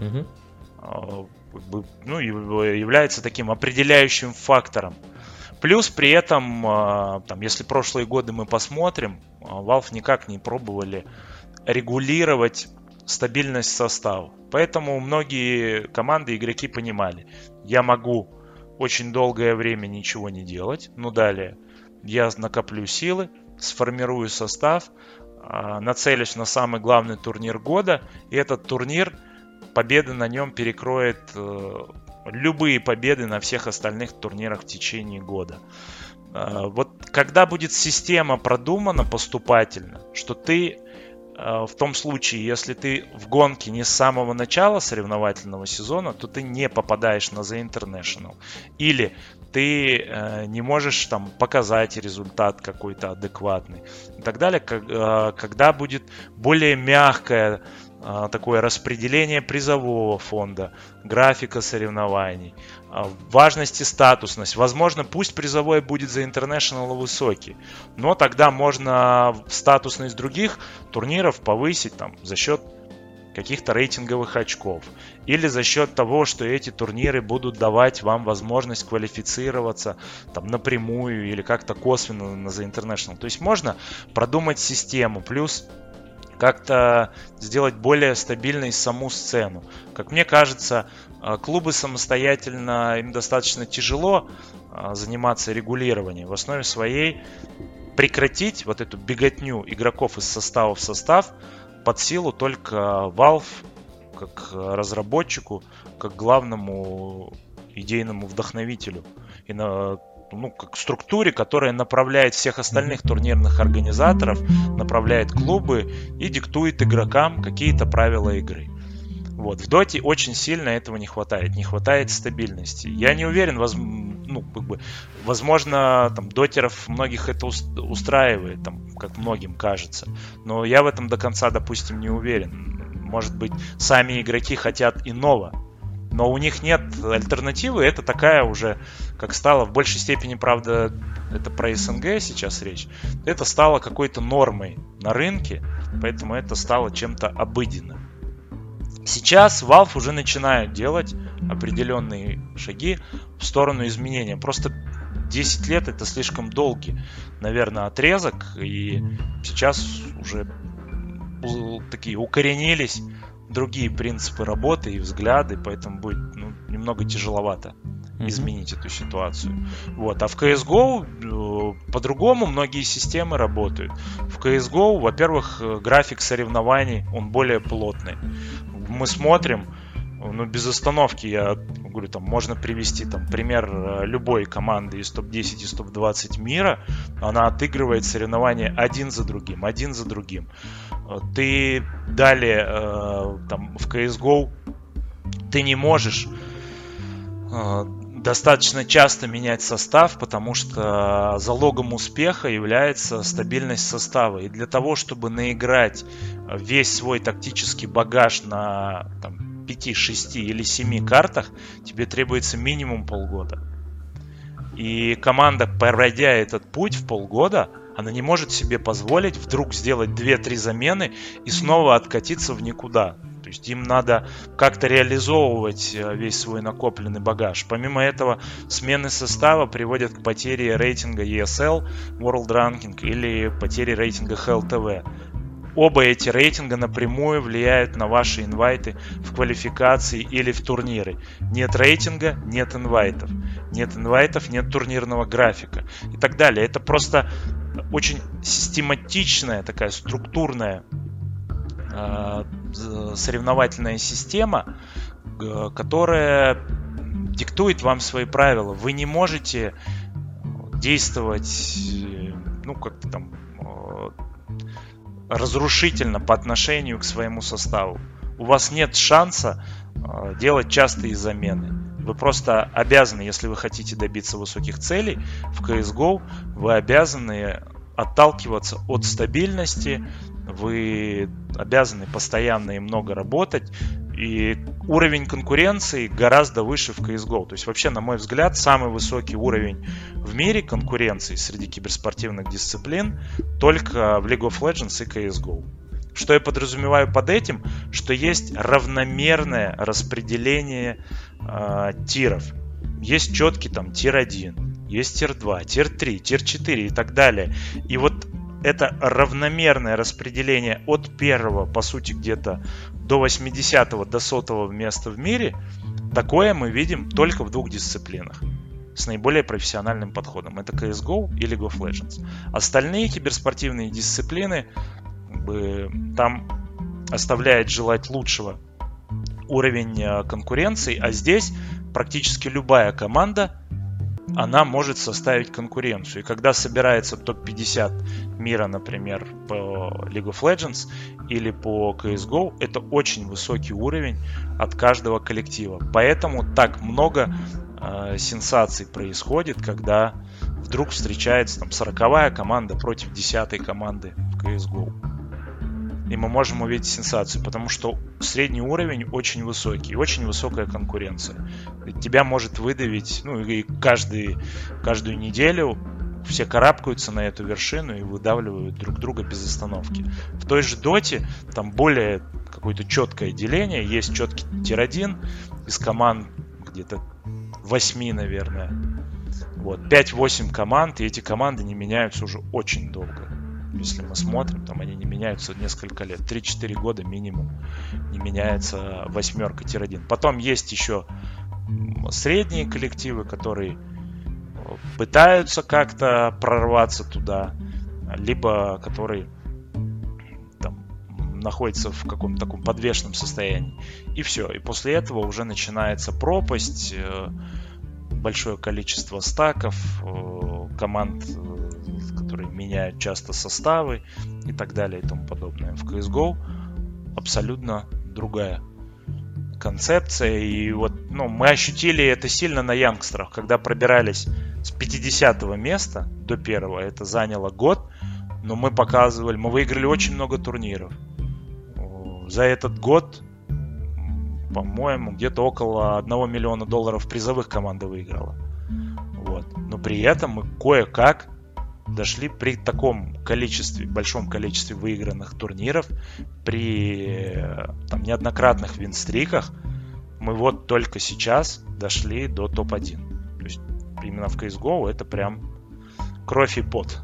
mm-hmm. ну, является таким определяющим фактором. Плюс при этом, там, если прошлые годы мы посмотрим, Valve никак не пробовали регулировать стабильность состава. Поэтому многие команды, игроки понимали, я могу очень долгое время ничего не делать, но далее я накоплю силы, сформирую состав, нацелюсь на самый главный турнир года, и этот турнир, победа на нем перекроет любые победы на всех остальных турнирах в течение года. Вот когда будет система продумана поступательно, что ты в том случае, если ты в гонке не с самого начала соревновательного сезона, то ты не попадаешь на The International. Или ты э, не можешь там показать результат какой-то адекватный. И так далее. Как, э, когда будет более мягкое э, такое распределение призового фонда, графика соревнований, э, важность и статусность. Возможно, пусть призовой будет за International высокий, но тогда можно статусность других турниров повысить там, за счет каких-то рейтинговых очков. Или за счет того, что эти турниры будут давать вам возможность квалифицироваться там, напрямую или как-то косвенно на The International. То есть можно продумать систему, плюс как-то сделать более стабильной саму сцену. Как мне кажется, клубы самостоятельно, им достаточно тяжело заниматься регулированием. В основе своей прекратить вот эту беготню игроков из состава в состав под силу только Valve, как разработчику, как главному идейному вдохновителю и на, ну, как структуре, которая направляет всех остальных турнирных организаторов, направляет клубы и диктует игрокам какие-то правила игры. Вот. В Доте очень сильно этого не хватает, не хватает стабильности. Я не уверен, воз... ну, как бы, возможно, там, дотеров многих это устраивает, там, как многим кажется, но я в этом до конца, допустим, не уверен. Может быть, сами игроки хотят иного, но у них нет альтернативы, это такая уже, как стало, в большей степени, правда, это про СНГ сейчас речь, это стало какой-то нормой на рынке, поэтому это стало чем-то обыденным. Сейчас Valve уже начинают делать определенные шаги в сторону изменения. Просто десять лет это слишком долгий, наверное, отрезок. И сейчас уже такие укоренились другие принципы работы и взгляды. Поэтому будет ну, немного тяжеловато изменить эту ситуацию. Вот. А в си эс го по-другому многие системы работают. В си эс го, во-первых, график соревнований, он более плотный. Мы смотрим, ну, без остановки, я говорю, там можно привести там, пример любой команды из топ десять, из топ двадцать мира. Она отыгрывает соревнования один за другим, один за другим. Ты далее там, в си эс го ты не можешь достаточно часто менять состав, потому что залогом успеха является стабильность состава. И для того, чтобы наиграть весь свой тактический багаж на там, пяти, шести или семи картах, тебе требуется минимум полгода. И команда, пройдя этот путь в полгода, она не может себе позволить вдруг сделать две-три замены и снова откатиться в никуда. То есть им надо как-то реализовывать весь свой накопленный багаж. Помимо этого, смены состава приводят к потере рейтинга и эс эл, World Ranking, или потере рейтинга эйч эл ти ви. Оба эти рейтинга напрямую влияют на ваши инвайты в квалификации или в турниры. Нет рейтинга, нет инвайтов. Нет инвайтов, нет турнирного графика и так далее. Это просто очень систематичная, такая структурная э, соревновательная система, э, которая диктует вам свои правила. Вы не можете действовать, ну, как-то там разрушительно по отношению к своему составу. У вас нет шанса делать частые замены. Вы просто обязаны, если вы хотите добиться высоких целей в си эс го, вы обязаны отталкиваться от стабильности, вы обязаны постоянно и много работать, и уровень конкуренции гораздо выше в си эс го. То есть вообще, на мой взгляд, самый высокий уровень в мире конкуренции среди киберспортивных дисциплин только в League of Legends и си эс го. Что я подразумеваю под этим? Что есть равномерное распределение э, тиров. Есть четкий там тир один, есть тир два, тир три, тир четыре и так далее. И вот это равномерное распределение от первого, по сути, где-то до восьмидесятого, до сотого места в мире, такое мы видим только в двух дисциплинах с наиболее профессиональным подходом. Это си эс го и League of Legends. Остальные киберспортивные дисциплины, там оставляет желать лучшего уровень конкуренции, а здесь практически любая команда, она может составить конкуренцию. И когда собирается топ пятьдесят мира, например, по League of Legends или по си эс го, это очень высокий уровень от каждого коллектива. Поэтому так много э, сенсаций происходит, когда вдруг встречается там сороковая команда против десятой команды в си эс го. И мы можем увидеть сенсацию, потому что средний уровень очень высокий, очень высокая конкуренция. Тебя может выдавить, ну и каждый, каждую неделю все карабкаются на эту вершину и выдавливают друг друга без остановки. В той же доте там более какое-то четкое деление, есть четкий тир один из команд где-то восемь, наверное. Вот, пять-восемь команд, и эти команды не меняются уже очень долго. Если мы смотрим, там они не меняются несколько лет, три-четыре года минимум не меняется восьмерка тир один. Потом есть еще средние коллективы, которые пытаются как-то прорваться туда, либо которые там находятся в каком-то таком подвешенном состоянии. И все. И после этого уже начинается пропасть, большое количество стаков, команд, которые меняют часто составы и так далее и тому подобное. В си эс го абсолютно другая концепция. И вот, ну, мы ощутили это сильно на янгстерах, когда пробирались с пятидесятого места до первого. Это заняло год, но мы показывали, мы выиграли очень много турниров. За этот год, по-моему, где-то около одного миллиона долларов призовых команда выиграла. Вот. Но при этом мы кое-как дошли при таком количестве, большом количестве выигранных турниров, при там, неоднократных винстриках, мы вот только сейчас дошли до топ один. То есть именно в си эс го это прям кровь и пот.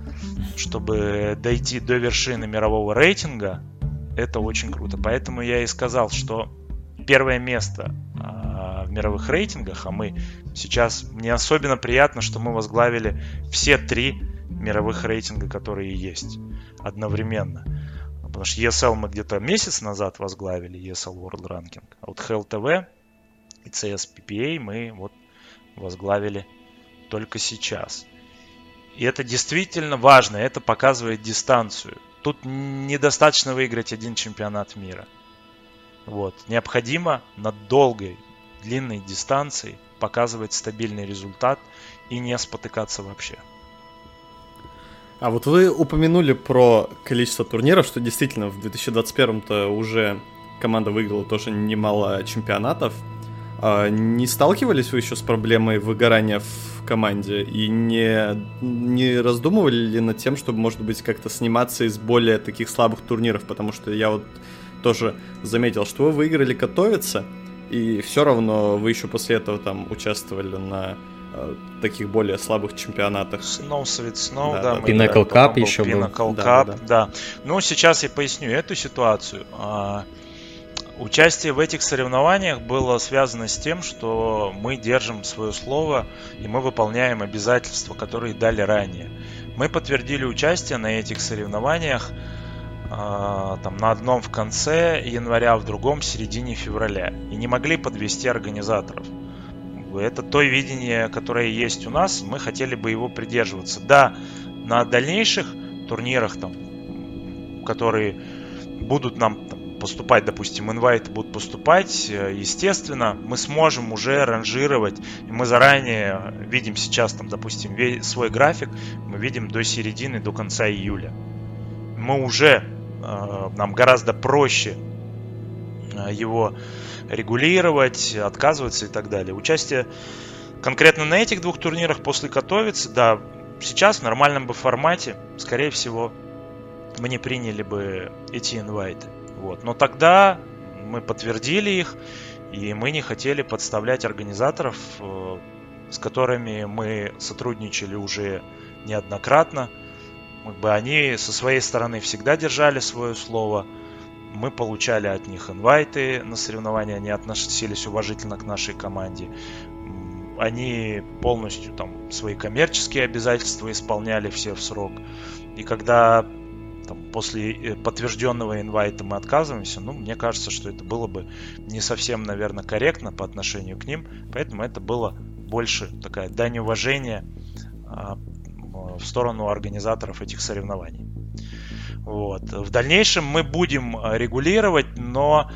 Чтобы дойти до вершины мирового рейтинга, это очень круто. Поэтому я и сказал, что первое место а, в мировых рейтингах, а мы сейчас, мне особенно приятно, что мы возглавили все три мировых рейтинга, которые есть одновременно. Потому что и эс эл мы где-то месяц назад возглавили, и эс эл World Ranking. А вот эл ти ви и си эс пи пи эй мы вот возглавили только сейчас. И это действительно важно, это показывает дистанцию. Тут недостаточно выиграть один чемпионат мира. Вот. Необходимо на долгой, длинной дистанции показывать стабильный результат и не спотыкаться вообще. А вот вы упомянули про количество турниров, что действительно в две тысячи двадцать первом-то уже команда выиграла тоже немало чемпионатов. А не сталкивались вы еще с проблемой выгорания в команде? И не, не раздумывали ли над тем, чтобы, может быть, как-то сниматься из более таких слабых турниров? Потому что я вот тоже заметил, что вы выиграли Катовице, и все равно вы еще после этого там участвовали на таких более слабых чемпионатах. Snow Sweet Snow, да, да. да, мы Pinnacle играли, Cup еще был. Pinnacle да, Cup, да, да. Ну, сейчас я поясню эту ситуацию. Участие в этих соревнованиях было связано с тем, что мы держим свое слово и мы выполняем обязательства, которые дали ранее. Мы подтвердили участие на этих соревнованиях там, на одном в конце января, в другом в середине февраля. И не могли подвести организаторов. бы, это то видение, которое есть у нас, мы хотели бы его придерживаться. Да, на дальнейших турнирах, там, которые будут нам там поступать, допустим, инвайты будут поступать, естественно, мы сможем уже ранжировать, и мы заранее видим сейчас, там, допустим, весь свой график, мы видим до середины, до конца июля. Мы уже, нам гораздо проще его регулировать, отказываться и так далее. Участие конкретно на этих двух турнирах после Катовицы, да, сейчас в нормальном бы формате, скорее всего, мы не приняли бы эти инвайты. Вот. Но тогда мы подтвердили их, и мы не хотели подставлять организаторов, с которыми мы сотрудничали уже неоднократно. Как бы они со своей стороны всегда держали свое слово. Мы получали от них инвайты на соревнования, они относились уважительно к нашей команде. Они полностью там свои коммерческие обязательства исполняли все в срок. И когда там, после подтвержденного инвайта мы отказываемся, ну, мне кажется, что это было бы не совсем, наверное, корректно по отношению к ним. Поэтому это было больше такая дань уважения а, в сторону организаторов этих соревнований. Вот. В дальнейшем мы будем регулировать, но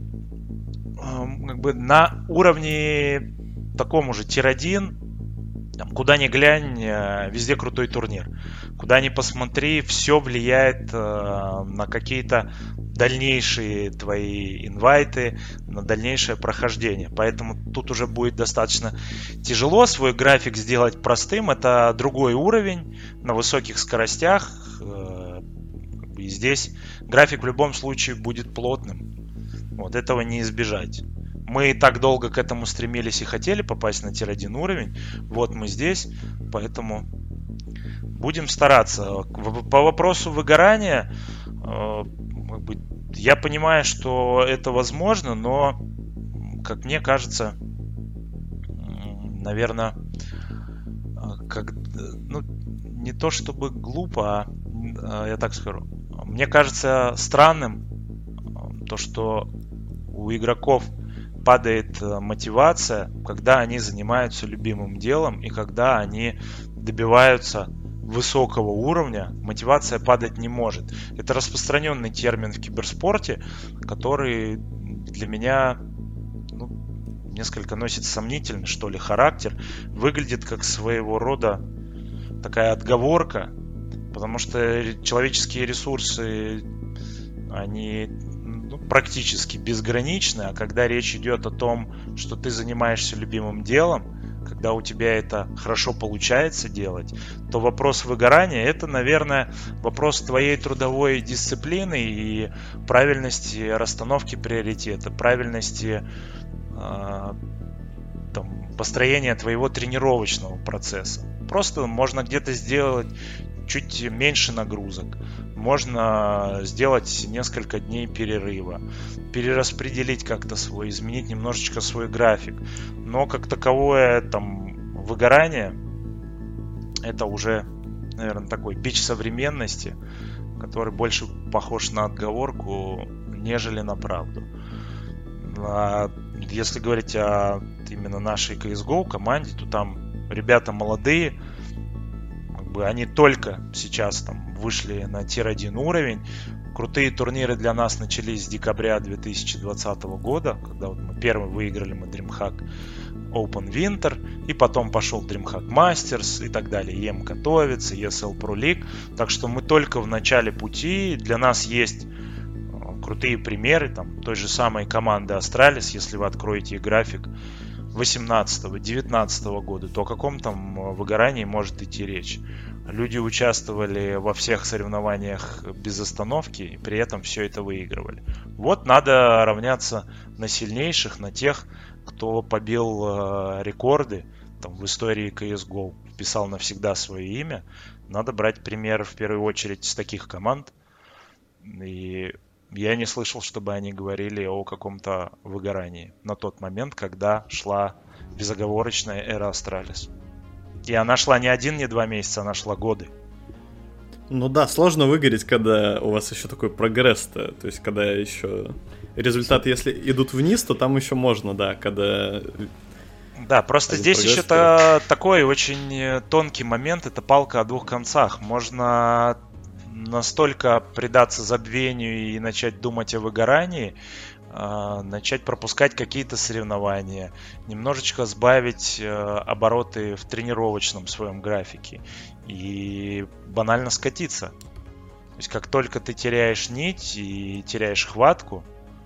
как бы на уровне таком же тир один, там, куда ни глянь, везде крутой турнир. Куда ни посмотри, все влияет э, на какие-то дальнейшие твои инвайты, на дальнейшее прохождение. Поэтому тут уже будет достаточно тяжело свой график сделать простым. Это другой уровень на высоких скоростях. Э, и здесь график в любом случае будет плотным. Вот этого не избежать. Мы так долго к этому стремились и хотели попасть на тир один уровень. Вот мы здесь, поэтому будем стараться. По вопросу выгорания, я понимаю, что это возможно, но, как мне кажется, наверное, как, ну, не то чтобы глупо, а я так скажу. Мне кажется странным то, что у игроков падает мотивация, когда они занимаются любимым делом и когда они добиваются высокого уровня, мотивация падать не может. Это распространенный термин в киберспорте, который для меня, ну, несколько носит сомнительный, что ли, характер. Выглядит как своего рода такая отговорка, потому что человеческие ресурсы, они практически безграничны, а когда речь идет о том, что ты занимаешься любимым делом, когда у тебя это хорошо получается делать, то вопрос выгорания — это, наверное, вопрос твоей трудовой дисциплины и правильности расстановки приоритета, правильности э, там, построения твоего тренировочного процесса. Просто можно где-то сделать чуть меньше нагрузок. Можно сделать несколько дней перерыва, перераспределить как-то свой, изменить немножечко свой график. Но как таковое там выгорание, это уже, наверное, такой бич современности, который больше похож на отговорку, нежели на правду. А если говорить о именно нашей си эс го команде, то там ребята молодые, они только сейчас там вышли на тир один уровень. Крутые турниры для нас начались с декабря две тысячи двадцатого года, когда вот мы первый выиграли мы DreamHack Open Winter, и потом пошел DreamHack Masters и так далее, и эм Катовица, и эс эл Pro League. Так что мы только в начале пути. Для нас есть крутые примеры, там той же самой команды Astralis. Если вы откроете график восемнадцатого-девятнадцатого года, то о каком там выгорании может идти речь? Люди участвовали во всех соревнованиях без остановки и при этом все это выигрывали. Вот надо равняться на сильнейших, на тех, кто побил э, рекорды там, в истории си эс го, вписал навсегда свое имя. Надо брать пример в первую очередь с таких команд. И я не слышал, чтобы они говорили о каком-то выгорании на тот момент, когда шла безоговорочная эра Astralis. И она шла не один, не два месяца, она шла годы. Ну да, сложно выгореть, когда у вас еще такой прогресс-то. То есть, когда еще результаты, если идут вниз, то там еще можно, да. Когда Да, просто Один здесь еще прогресс, та, такой очень тонкий момент, это палка о двух концах. Можно настолько предаться забвению и начать думать о выгорании, э, начать пропускать какие-то соревнования, немножечко сбавить э, обороты в тренировочном своем графике и банально скатиться. То есть как только ты теряешь нить и теряешь хватку,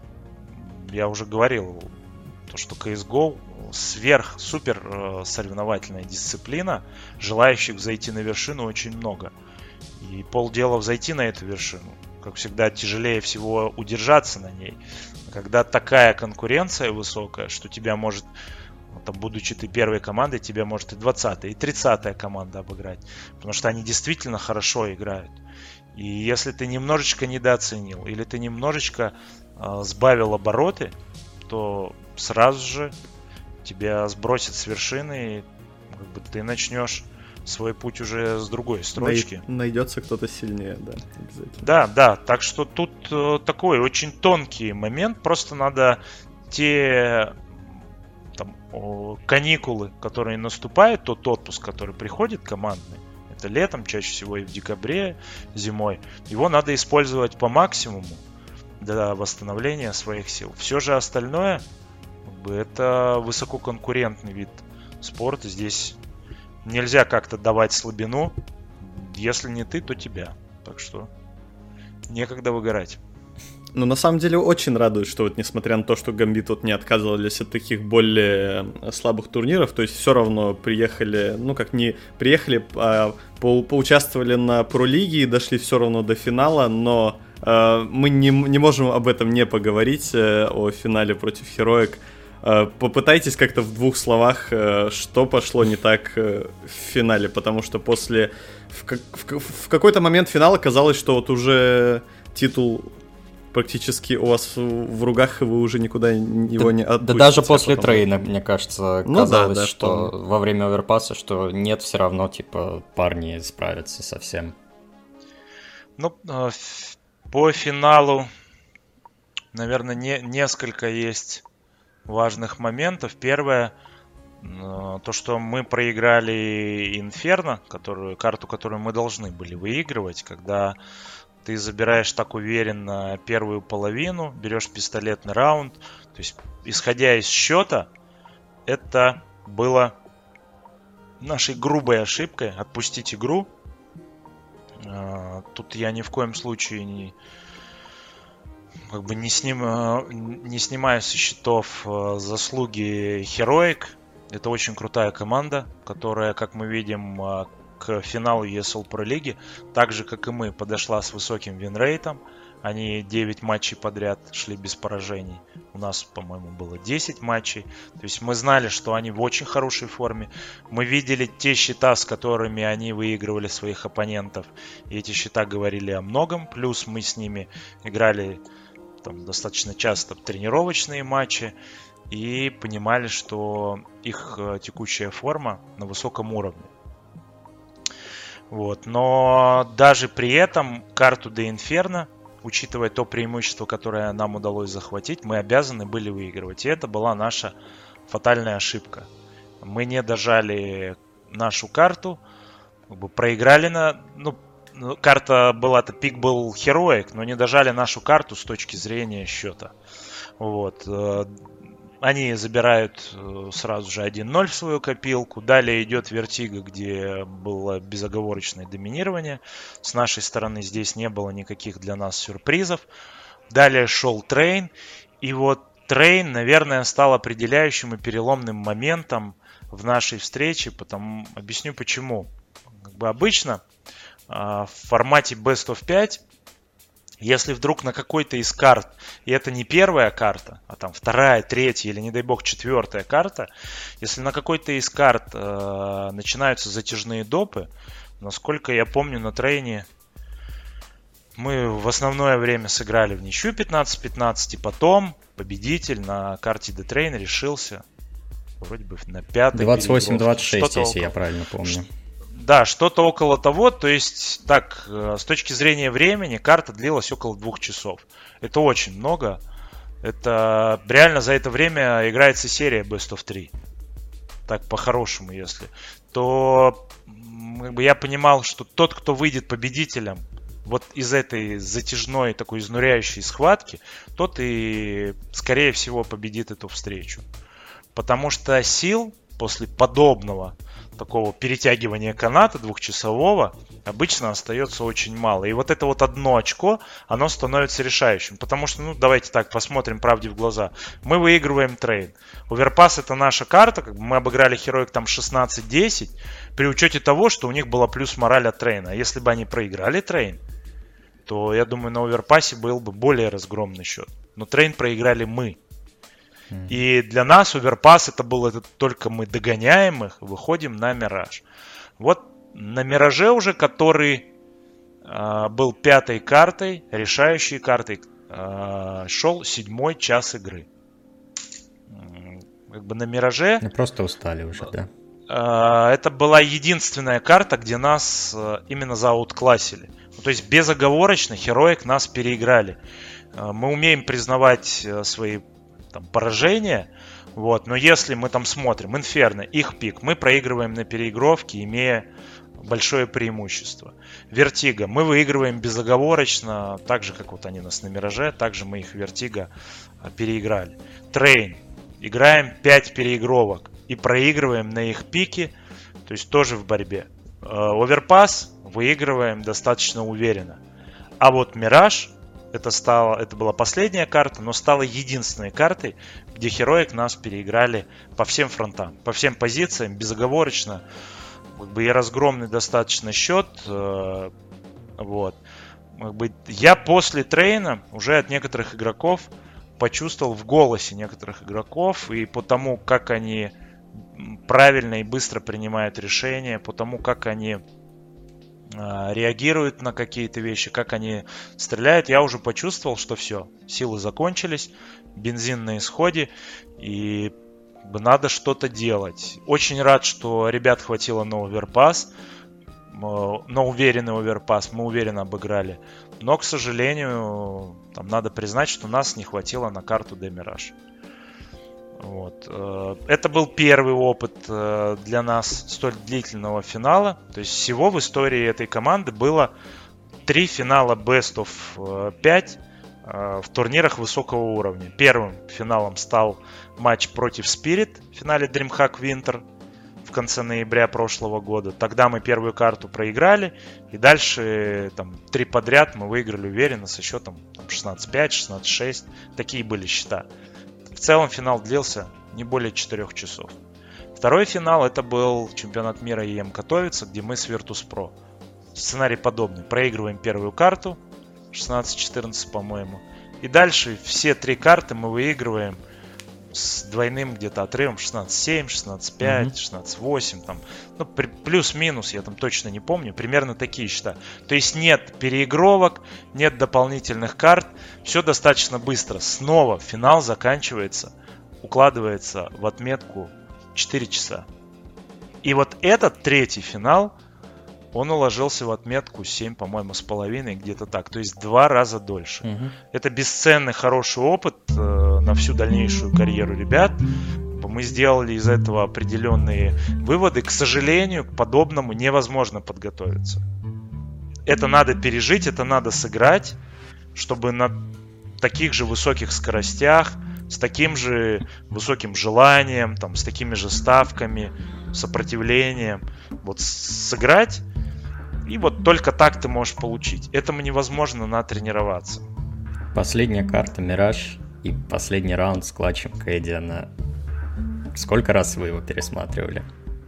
я уже говорил, то, что си эс го сверх супер э, соревновательная дисциплина, желающих зайти на вершину очень много. И полдела взойти на эту вершину. Как всегда, тяжелее всего удержаться на ней. Когда такая конкуренция высокая, что тебя может, там, будучи ты первой командой, тебя может и двадцатая, и тридцатая команда обыграть. Потому что они действительно хорошо играют. И если ты немножечко недооценил, или ты немножечко э, сбавил обороты, то сразу же тебя сбросит с вершины, и как бы, ты начнешь свой путь уже с другой строчки. Найдется кто-то сильнее, да, обязательно. Да, да, так что тут э, такой очень тонкий момент, просто надо те там, о, каникулы, которые наступают, тот отпуск, который приходит командный, это летом, чаще всего и в декабре, зимой, его надо использовать по максимуму для восстановления своих сил. Все же остальное, как бы, это высококонкурентный вид спорта, здесь нельзя как-то давать слабину. Если не ты, то тебя. Так что некогда выгорать. Ну, на самом деле, очень радует, что вот несмотря на то, что Гамбит вот не отказывались от таких более слабых турниров, то есть все равно приехали, ну как не приехали, а по, поучаствовали на Про-лиге и дошли все равно до финала, но э, мы не, не можем об этом не поговорить, э, о финале против Heroic. Попытайтесь как-то в двух словах, что пошло не так в финале, потому что после в, как, в, в какой-то момент финала казалось, что вот уже титул практически у вас в ругах, и вы уже никуда его да, не отпустите. Да даже после потом... трейна, мне кажется, ну, казалось, да, да, что вполне. Во время оверпасса, что нет, все равно, типа, парни справятся со всем. Ну, по финалу, наверное, не, несколько есть важных моментов. Первое, то, что мы проиграли Инферно, которую, карту, которую мы должны были выигрывать, когда ты забираешь так уверенно первую половину, берешь пистолетный раунд. То есть, исходя из счета, это было нашей грубой ошибкой отпустить игру. Тут я ни в коем случае не... как бы не, сним, не снимаю со счетов заслуги Heroic. Это очень крутая команда, которая, как мы видим, к финалу и эс эл Pro League, так же, как и мы, подошла с высоким винрейтом. Они девять матчей подряд шли без поражений. У нас, по-моему, было десять матчей. То есть мы знали, что они в очень хорошей форме. Мы видели те счета, с которыми они выигрывали своих оппонентов. И эти счета говорили о многом. Плюс мы с ними играли там достаточно часто тренировочные матчи и понимали, что их текущая форма на высоком уровне. Вот. Но даже при этом карту де Инферно, учитывая то преимущество, которое нам удалось захватить, мы обязаны были выигрывать. И это была наша фатальная ошибка. Мы не дожали нашу карту, как бы проиграли на... Ну, карта была-то, пик был Heroic, но не дожали нашу карту с точки зрения счета. Вот. Они забирают сразу же один ноль в свою копилку. Далее идет Vertigo, где было безоговорочное доминирование. С нашей стороны здесь не было никаких для нас сюрпризов. Далее шел Train. И вот Train, наверное, стал определяющим и переломным моментом в нашей встрече. Потому... Объясню почему. Как бы обычно в формате Best of пять, если вдруг на какой-то из карт, и это не первая карта, а там вторая, третья или, не дай бог, четвертая карта, если на какой-то из карт э, начинаются затяжные допы, насколько я помню, на трейне мы в основное время сыграли в ничью пятнадцать пятнадцать, и потом победитель на карте D-Train решился вроде бы на пятой двадцать восемь двадцать шесть, если я правильно помню. Да, что-то около того, то есть, так, с точки зрения времени, карта длилась около двух часов. Это очень много. Это реально за это время играется серия Best of три. так по-хорошему, если, то как бы, я понимал, что тот, кто выйдет победителем вот из этой затяжной, такой изнуряющей схватки, тот и, скорее всего, победит эту встречу. Потому что сил после подобного такого перетягивания каната двухчасового обычно остается очень мало. И вот это вот одно очко, оно становится решающим. Потому что, ну, давайте так, посмотрим правде в глаза. Мы выигрываем трейн. Оверпас — это наша карта. Как бы мы обыграли Heroic там шестнадцать десять при учете того, что у них была плюс мораль от трейна. А если бы они проиграли трейн, то, я думаю, на оверпасе был бы более разгромный счет. Но трейн проиграли мы. И для нас оверпас это был это только мы догоняем их, выходим на Мираж. Вот на Мираже уже, который э, был пятой картой, решающей картой, э, шел седьмой час игры. Как бы на Мираже... Мы просто устали уже, да. Э, это была единственная карта, где нас э, именно заутклассили. Ну, то есть безоговорочно Heroic нас переиграли. Э, мы умеем признавать э, свои там, поражения, вот, но если мы там смотрим Инферно, их пик, мы проигрываем на переигровке, имея большое преимущество. Вертиго, мы выигрываем безоговорочно, так же, как вот они нас на Мираже, так же мы их Вертиго переиграли. Трейн, играем пять переигровок и проигрываем на их пике, то есть тоже в борьбе. Оверпас выигрываем достаточно уверенно. А вот Мираж, Это, стало, это была последняя карта, но стала единственной картой, где Heroic нас переиграли по всем фронтам, по всем позициям, безоговорочно. Как бы и разгромный достаточно счет. Э, вот. Как бы я после трейна уже от некоторых игроков почувствовал в голосе некоторых игроков и по тому, как они правильно и быстро принимают решения, по тому, как они реагируют на какие-то вещи, как они стреляют, я уже почувствовал, что все, силы закончились, бензин на исходе, и надо что-то делать. Очень рад, что ребят хватило на оверпас, на уверенный оверпас, мы уверенно обыграли, но, к сожалению, там надо признать, что нас не хватило на карту Демираж. Вот. Это был первый опыт для нас столь длительного финала. То есть всего в истории этой команды было три финала Best of пять в турнирах высокого уровня. Первым финалом стал матч против Spirit в финале DreamHack Winter в конце ноября прошлого года. Тогда мы первую карту проиграли, и дальше там, три подряд мы выиграли уверенно со счетом шестнадцать пять, шестнадцать шесть. Такие были счета. В целом финал длился не более четырех часов. Второй финал это был чемпионат мира и эм Катовица, где мы с Virtus.pro. Сценарий подобный. Проигрываем первую карту, шестнадцать четырнадцать, по-моему. И дальше все три карты мы выигрываем с двойным где-то отрывом шестнадцать семь, шестнадцать пять, шестнадцать восемь. Там, ну, плюс-минус, я там точно не помню. Примерно такие счета. То есть нет переигровок, нет дополнительных карт. Все достаточно быстро. Снова финал заканчивается, укладывается в отметку четыре часа. И вот этот третий финал, он уложился в отметку семь, по-моему, с половиной, где-то так. То есть в два раза дольше. Угу. Это бесценный, хороший опыт э, на всю дальнейшую карьеру ребят. Мы сделали из этого определенные выводы. К сожалению, к подобному невозможно подготовиться. Это надо пережить, это надо сыграть, чтобы на таких же высоких скоростях, с таким же высоким желанием, там, с такими же ставками, сопротивлением, вот сыграть, и вот только так ты можешь получить. Этому невозможно натренироваться. Последняя карта Мираж и последний раунд с клатчем Кэдиана. Сколько раз вы его пересматривали?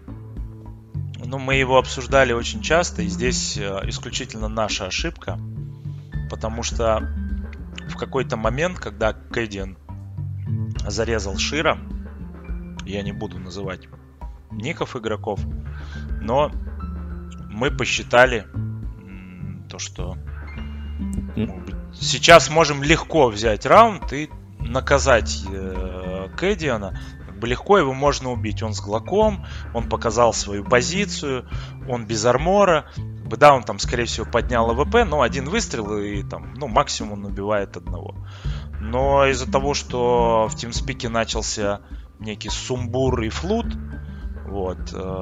Ну, мы его обсуждали очень часто, и здесь исключительно наша ошибка, потому что в какой-то момент, когда Кэдиан зарезал Шира, я не буду называть ников игроков, но мы посчитали то, что сейчас можем легко взять раунд и наказать э, Кэдиана. Как бы легко его можно убить. Он с глоком, он показал свою позицию, он без армора. Как бы, да, он там, скорее всего, поднял АВП, но один выстрел и там, ну, максимум он убивает одного. Но из-за того, что в TeamSpeak начался некий сумбур и флут, Вот.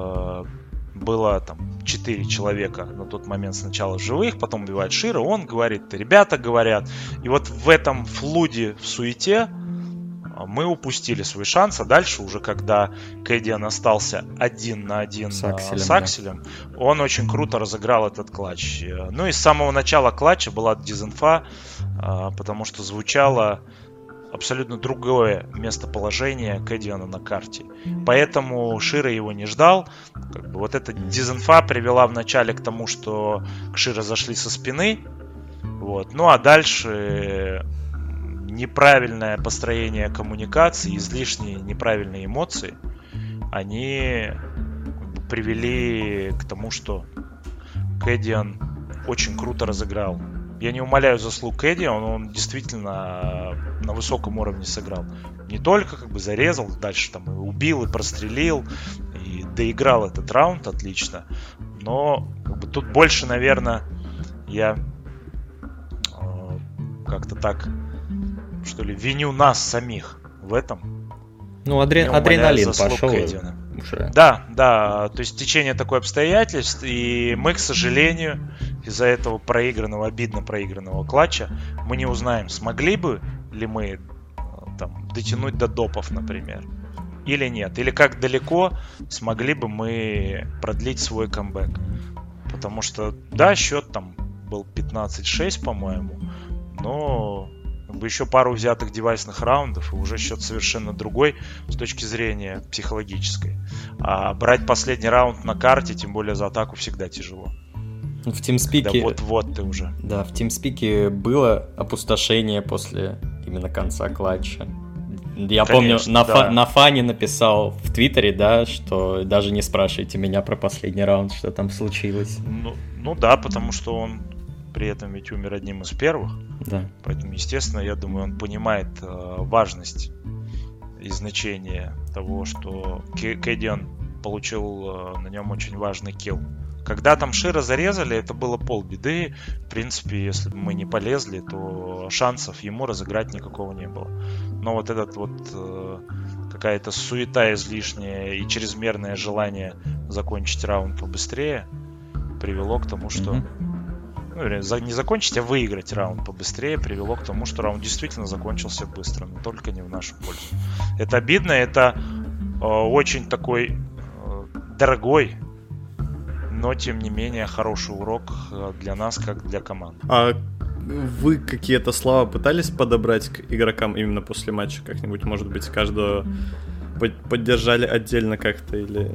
Было там четыре человека на тот момент сначала живых, потом убивает Шира, он говорит, ребята говорят. И вот в этом флуде, в суете мы упустили свой шанс, а дальше уже, когда Кэдиан остался один на один с Акселем, с Акселем да. он очень круто разыграл этот клатч. Ну и с самого начала клатча была дизинфа, потому что звучало абсолютно другое местоположение Кэдиана на карте. Поэтому Шира его не ждал. Как бы вот эта дизинфа привела вначале к тому, что к Шира зашли со спины. Вот. Ну а дальше неправильное построение коммуникации, излишние неправильные эмоции, они как бы привели к тому, что Кэдиан очень круто разыграл. Я не умаляю заслуг Кэдиана, он, он действительно на высоком уровне сыграл. Не только как бы зарезал, дальше там и убил, и прострелил, и доиграл этот раунд отлично. Но как бы, тут больше, наверное, я э, как-то так, что ли, виню нас самих в этом. Ну, адре... адреналин пошел. Уже. Да, да, то есть течение такое обстоятельств, и мы, к сожалению, из-за этого проигранного, обидно проигранного клатча, мы не узнаем, смогли бы ли мы там дотянуть до допов, например, или нет, или как далеко смогли бы мы продлить свой камбэк. Потому что, да, счет там был пятнадцать шесть, по-моему, но как бы еще пару взятых девайсных раундов, и уже счет совершенно другой с точки зрения психологической. А брать последний раунд на карте, тем более за атаку, всегда тяжело. В TeamSpeak... Да вот-вот ты уже. Да, в TeamSpeak было опустошение после именно конца клатча. Я Конечно, помню, на, да. фа- на фане написал в Твиттере, да, что даже не спрашивайте меня про последний раунд, что там случилось. Ну, ну да, потому что он при этом ведь умер одним из первых. Да. Поэтому, естественно, я думаю, он понимает э, важность и значение того, что Кэдиан получил э, на нем очень важный килл. Когда там Шира зарезали, это было полбеды. В принципе, если бы мы не полезли, то шансов ему разыграть никакого не было. Но вот этот вот э, какая-то суета излишняя и чрезмерное желание закончить раунд побыстрее привело к тому, что... Mm-hmm. Ну, не закончить, а выиграть раунд побыстрее привело к тому, что раунд действительно закончился быстро, но только не в нашу пользу. Это обидно, это э, очень такой э, дорогой, но тем не менее хороший урок для нас, как для команды. А вы какие-то слова пытались подобрать к игрокам именно после матча? Как-нибудь, может быть, каждого поддержали отдельно как-то или...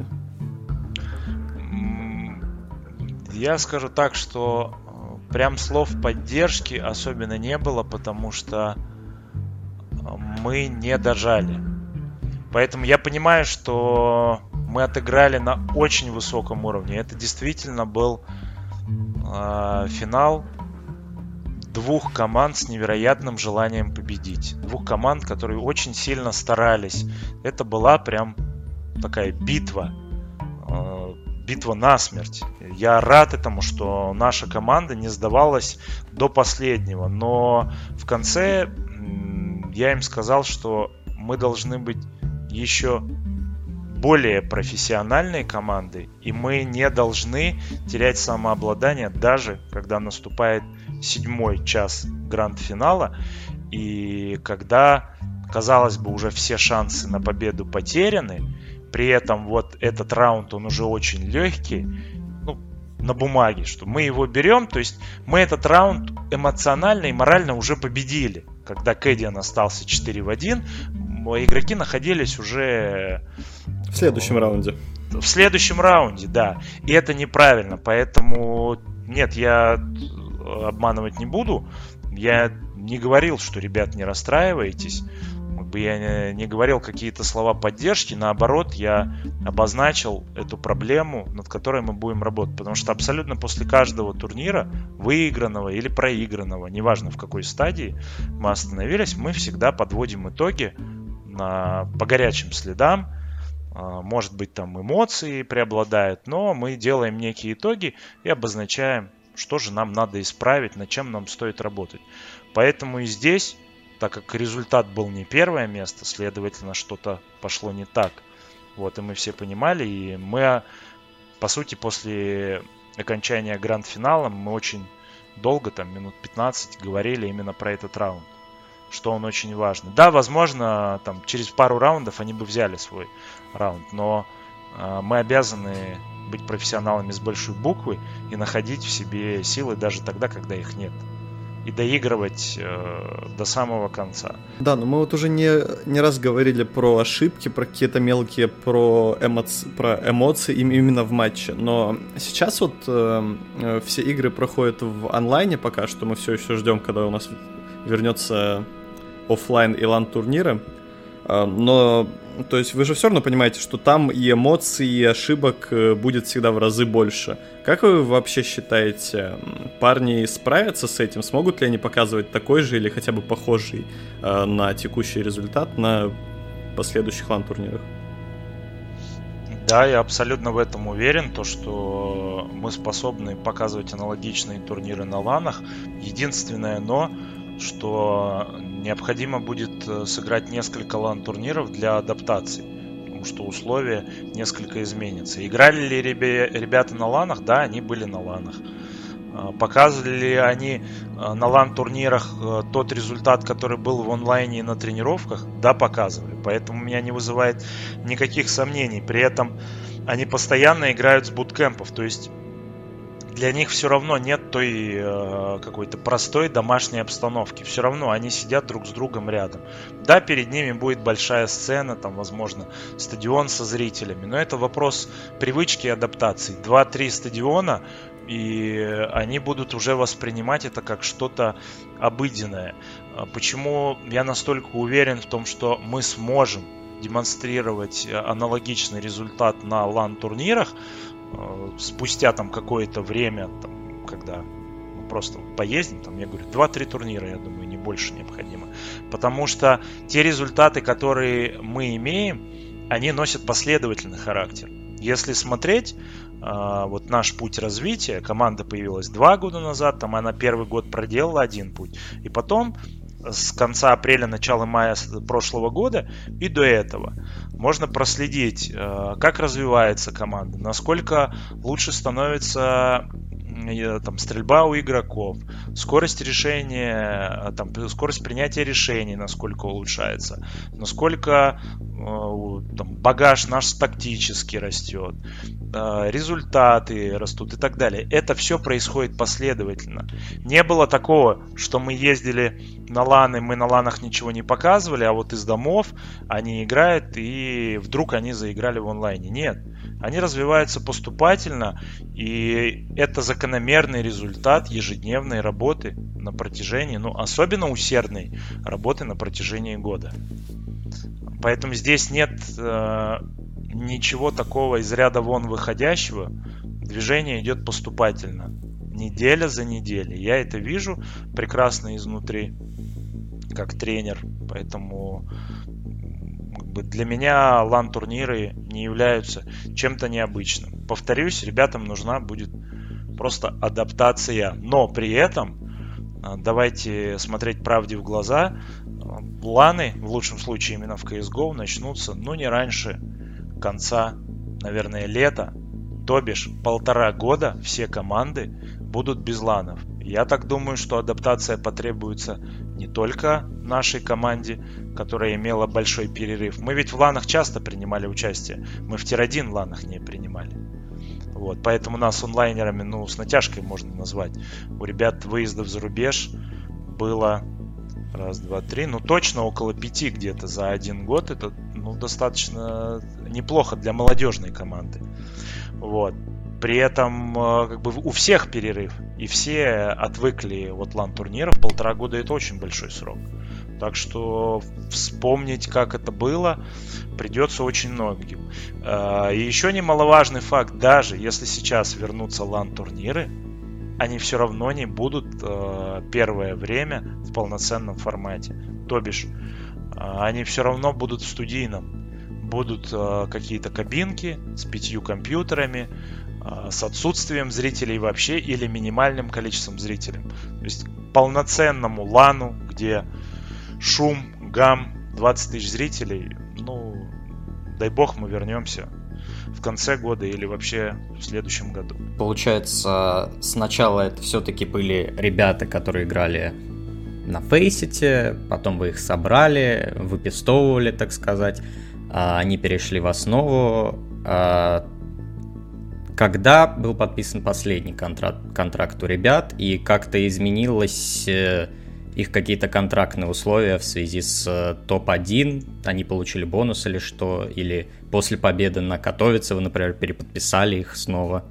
Я скажу так, что прям слов поддержки особенно не было, потому что мы не дожали. Поэтому я понимаю, что мы отыграли на очень высоком уровне. Это действительно был э, финал двух команд с невероятным желанием победить. Двух команд, которые очень сильно старались. Это была прям такая битва. Э, битва насмерть. Я рад этому, что наша команда не сдавалась до последнего. Но в конце я им сказал, что мы должны быть еще более профессиональной командой, и мы не должны терять самообладание, даже когда наступает седьмой час гранд-финала, и когда, казалось бы, уже все шансы на победу потеряны, при этом вот этот раунд, он уже очень легкий, ну, на бумаге, что мы его берем, то есть мы этот раунд эмоционально и морально уже победили. Когда Кэдиан остался четыре в один, игроки находились уже... В следующем раунде. В следующем раунде, да. И это неправильно, поэтому... Нет, я обманывать не буду. Я не говорил, что, ребят, не расстраивайтесь. Я не говорил какие-то слова поддержки. Наоборот, я обозначил эту проблему, над которой мы будем работать. Потому что абсолютно после каждого турнира, выигранного или проигранного, неважно в какой стадии мы остановились, мы всегда подводим итоги на, по горячим следам. Может быть, там эмоции преобладают, но мы делаем некие итоги и обозначаем, что же нам надо исправить, над чем нам стоит работать. Поэтому и здесь, так как результат был не первое место, следовательно, что-то пошло не так. Вот, и мы все понимали, и мы, по сути, после окончания гранд-финала мы очень долго, там, минут пятнадцать, говорили именно про этот раунд, что он очень важный. Да, возможно, там, через пару раундов они бы взяли свой раунд, но э, мы обязаны быть профессионалами с большой буквы и находить в себе силы даже тогда, когда их нет. И доигрывать э, до самого конца. Да, но мы вот уже не, не раз говорили про ошибки, про какие-то мелкие, про, эмоци, про эмоции именно в матче. Но сейчас вот э, все игры проходят в онлайне пока что. Мы все еще ждем, когда у нас вернется офлайн и лан-турниры. Э, но, то есть вы же все равно понимаете, что там и эмоций, и ошибок будет всегда в разы больше. Как вы вообще считаете, парни справятся с этим? Смогут ли они показывать такой же или хотя бы похожий э, на текущий результат на последующих лан-турнирах? Да, я абсолютно в этом уверен, то, что мы способны показывать аналогичные турниры на ланах. Единственное но, что необходимо будет сыграть несколько лан-турниров для адаптации. Что условия несколько изменятся. Играли ли ребята на ланах? Да, они были на ланах. Показывали ли они на лан-турнирах тот результат, который был в онлайне и на тренировках? Да, показывали. Поэтому у меня не вызывает никаких сомнений. При этом они постоянно играют с буткемпов. То есть для них все равно нет той э, какой-то простой домашней обстановки. Все равно они сидят друг с другом рядом. Да, перед ними будет большая сцена, там, возможно, стадион со зрителями. Но это вопрос привычки и адаптации. Два-три стадиона, и они будут уже воспринимать это как что-то обыденное. Почему я настолько уверен в том, что мы сможем демонстрировать аналогичный результат на лан-турнирах, спустя там какое-то время, там, когда мы просто поездим, там, я говорю, два-три турнира, я думаю, не больше необходимо. Потому что те результаты, которые мы имеем, они носят последовательный характер. Если смотреть э, вот наш путь развития, команда появилась два года назад, там она первый год проделала один путь, и потом с конца апреля, начала мая прошлого года и до этого можно проследить, как развивается команда, насколько лучше становится там, стрельба у игроков, скорость решения, там, скорость принятия решений, насколько улучшается, насколько там, багаж наш тактически растет, результаты растут и так далее. Это все происходит последовательно. Не было такого, что мы ездили на ланы, мы на ланах ничего не показывали, а вот из домов они играют и вдруг они заиграли в онлайне. Нет. Они развиваются поступательно, и это закономерный результат ежедневной работы на протяжении, ну, особенно усердной работы на протяжении года. Поэтому здесь нет э, ничего такого из ряда вон выходящего. Движение идет поступательно, неделя за неделей. Я это вижу прекрасно изнутри, как тренер, поэтому для меня лан-турниры не являются чем-то необычным. Повторюсь, ребятам нужна будет просто адаптация. Но при этом, давайте смотреть правде в глаза, ланы, в лучшем случае именно в си эс го, начнутся, ну, не раньше конца, наверное, лета. То бишь, полтора года все команды будут без ланов. Я так думаю, что адаптация потребуется не только нашей команде, которая имела большой перерыв. Мы ведь в ланах часто принимали участие. Мы в тир один ланах не принимали. Вот, поэтому нас онлайнерами, ну, с натяжкой можно назвать. У ребят выездов за рубеж было раз, два, три, ну, точно около пяти где-то за один год. Это, ну, достаточно неплохо для молодежной команды. Вот. При этом как бы у всех перерыв, и все отвыкли от лан-турниров. Полтора года — это очень большой срок. Так что вспомнить, как это было, придется очень многим. И еще немаловажный факт, даже если сейчас вернутся лан-турниры, они все равно не будут первое время в полноценном формате. То бишь, они все равно будут в студийном. Будут какие-то кабинки с пятью компьютерами, с отсутствием зрителей вообще или минимальным количеством зрителей. То есть полноценному лану, где шум, гам, двадцать тысяч зрителей, ну, дай бог, мы вернемся в конце года или вообще в следующем году. Получается, сначала это все-таки были ребята, которые играли на фейсите, потом вы их собрали, выпестовывали, так сказать, они перешли в основу. Когда был подписан последний контракт, контракт у ребят, и как-то изменилось их какие-то контрактные условия в связи с топ один, они получили бонус или что, или после победы на Катовице вы, например, переподписали их снова?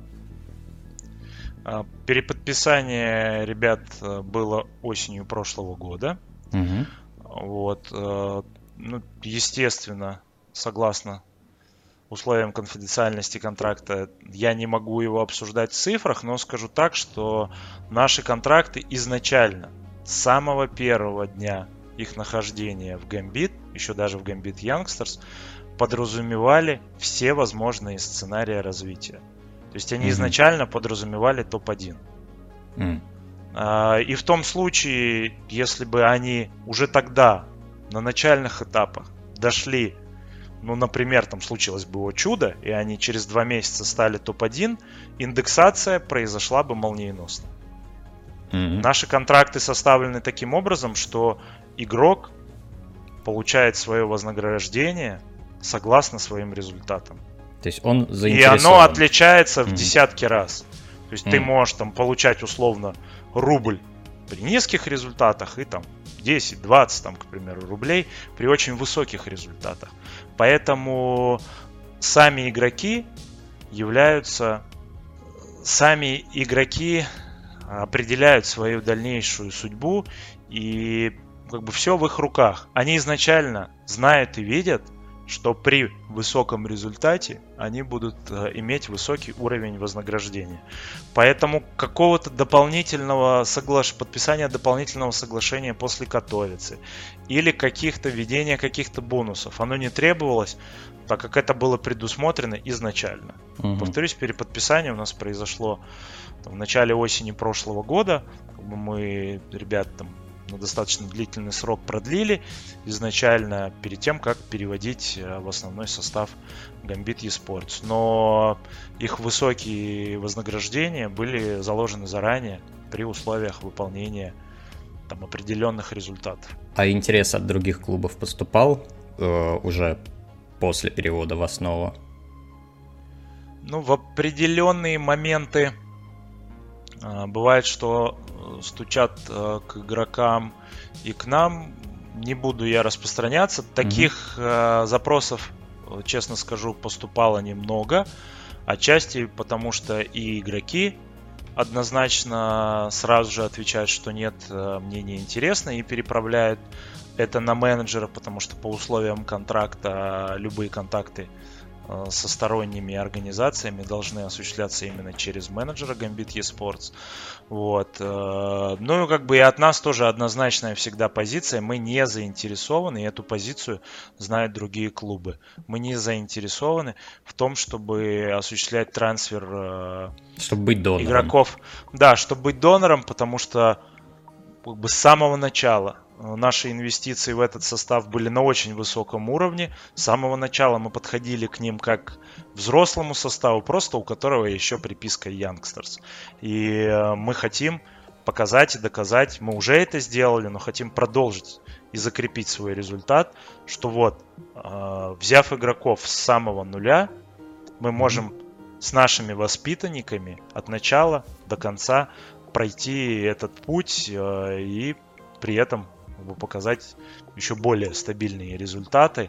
Переподписание ребят было осенью прошлого года. Угу. Вот, ну, естественно, согласно условиям конфиденциальности контракта, я не могу его обсуждать в цифрах, но скажу так, что наши контракты изначально, с самого первого дня их нахождения в Gambit, еще даже в Gambit Youngsters, подразумевали все возможные сценарии развития. То есть они mm-hmm. изначально подразумевали топ один. Mm. А, и в том случае, если бы они уже тогда, на начальных этапах, дошли, ну, например, там случилось бы о чудо, и они через два месяца стали топ один, индексация произошла бы молниеносно. Mm-hmm. Наши контракты составлены таким образом, что игрок получает свое вознаграждение согласно своим результатам. То есть он заинтересован. И оно отличается mm-hmm. в десятки раз. То есть mm-hmm. ты можешь там получать условно рубль при низких результатах и там десять-двадцать, там, к примеру, рублей при очень высоких результатах. Поэтому сами игроки являются... Сами игроки определяют свою дальнейшую судьбу, и как бы все в их руках. Они изначально знают и видят, что при высоком результате они будут э, иметь высокий уровень вознаграждения. Поэтому какого-то дополнительного соглаш... подписания дополнительного соглашения после Катовицы или каких-то введения каких-то бонусов оно не требовалось, так как это было предусмотрено изначально. Угу. Повторюсь, переподписание у нас произошло в начале осени прошлого года. Мы ребят там на достаточно длительный срок продлили изначально перед тем, как переводить в основной состав Gambit eSports. Но их высокие вознаграждения были заложены заранее при условиях выполнения там определенных результатов. А интерес от других клубов поступал э, уже после перевода в основу? Ну, в определенные моменты э, бывает, что стучат э, к игрокам и к нам. Не буду я распространяться. Таких mm-hmm. э, запросов, честно скажу, поступало немного. Отчасти потому, что и игроки однозначно сразу же отвечают, что нет, э, мне не интересно, и переправляют это на менеджера, потому что по условиям контракта любые контакты со сторонними организациями должны осуществляться именно через менеджера Gambit eSports. Вот. Ну и как бы и от нас тоже однозначная всегда позиция. Мы не заинтересованы, и эту позицию знают другие клубы. Мы не заинтересованы в том, чтобы осуществлять трансфер чтобы быть донором. Игроков. Да, чтобы быть донором, потому что как бы с самого начала наши инвестиции в этот состав были на очень высоком уровне. С самого начала мы подходили к ним как к взрослому составу, просто у которого еще приписка Youngsters. И мы хотим показать и доказать, мы уже это сделали, но хотим продолжить и закрепить свой результат, что вот, взяв игроков с самого нуля, мы можем с нашими воспитанниками от начала до конца пройти этот путь и при этом показать еще более стабильные результаты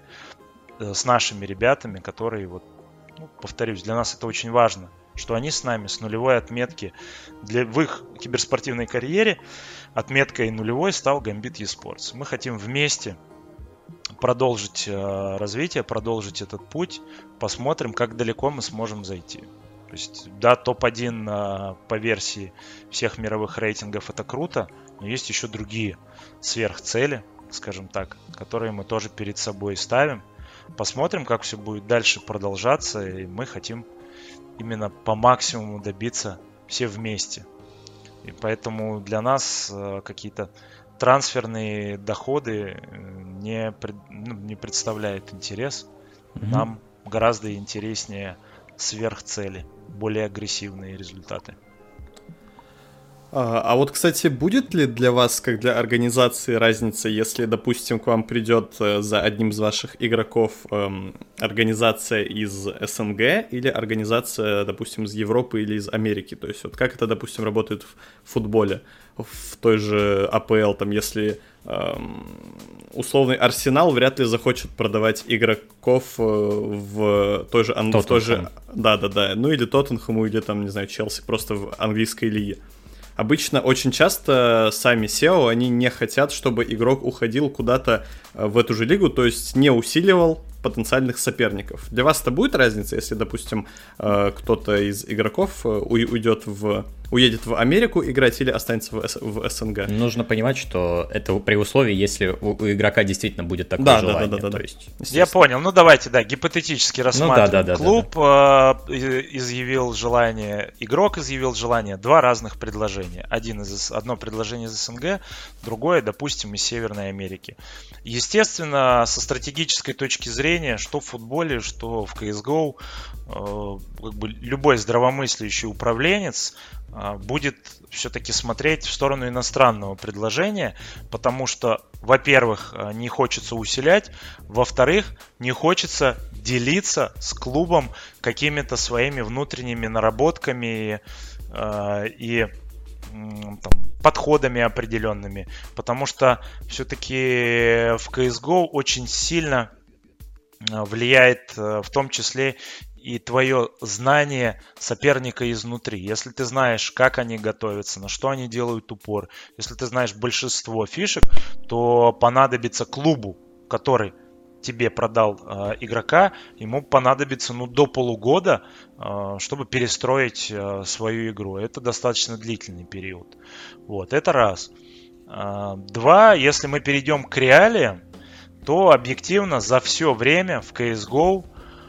с нашими ребятами, которые, вот, ну, повторюсь, для нас это очень важно, что они с нами с нулевой отметки для, в их киберспортивной карьере отметкой нулевой стал Gambit eSports. Мы хотим вместе продолжить э, развитие, продолжить этот путь, посмотрим, как далеко мы сможем зайти. То есть, да, топ один э, по версии всех мировых рейтингов это круто, но есть еще другие сверхцели, скажем так, которые мы тоже перед собой ставим. Посмотрим, как все будет дальше продолжаться, и мы хотим именно по максимуму добиться все вместе. И поэтому для нас э, какие-то трансферные доходы не, пред, ну, не представляют интерес. Mm-hmm. Нам гораздо интереснее сверхцели, более агрессивные результаты. А, а вот, кстати, будет ли для вас, как для организации, разница, если, допустим, к вам придет за одним из ваших игроков эм, организация из СНГ или организация, допустим, из Европы или из Америки? То есть вот как это, допустим, работает в футболе, в той же АПЛ, там, если эм, условный Арсенал вряд ли захочет продавать игроков в той же... В той же да-да-да, ну или Тоттенхэму, или там, не знаю, Челси, просто в английской лиге. Обычно очень часто сами сео, они не хотят, чтобы игрок уходил куда-то в эту же лигу, то есть не усиливал потенциальных соперников. Для вас это будет разница, если, допустим, кто-то из игроков уйдет в, уедет в Америку играть или останется в СНГ? Нужно понимать, что это при условии, если у, у игрока действительно будет такое да, желание. Да, да, да, то да. есть, Я понял. Ну, давайте, да, гипотетически рассматриваем. Ну, да, да, да, Клуб да, да. Э, изъявил желание, игрок изъявил желание, два разных предложения. Один из, одно предложение из СНГ, другое, допустим, из Северной Америки. Естественно, со стратегической точки зрения, что в футболе, что в си эс го, э, как бы любой здравомыслящий управленец э, будет все-таки смотреть в сторону иностранного предложения, потому что, во-первых, не хочется усилять, во-вторых, не хочется делиться с клубом какими-то своими внутренними наработками э, и там, подходами определенными, потому что все-таки в си эс го очень сильно влияет в том числе и твое знание соперника изнутри. Если ты знаешь, как они готовятся, на что они делают упор, если ты знаешь большинство фишек, то понадобится клубу, который тебе продал э, игрока, ему понадобится ну, до полугода, э, чтобы перестроить э, свою игру. Это достаточно длительный период. Вот, это раз. Э, два, если мы перейдем к реалиям, то объективно за все время в си эс го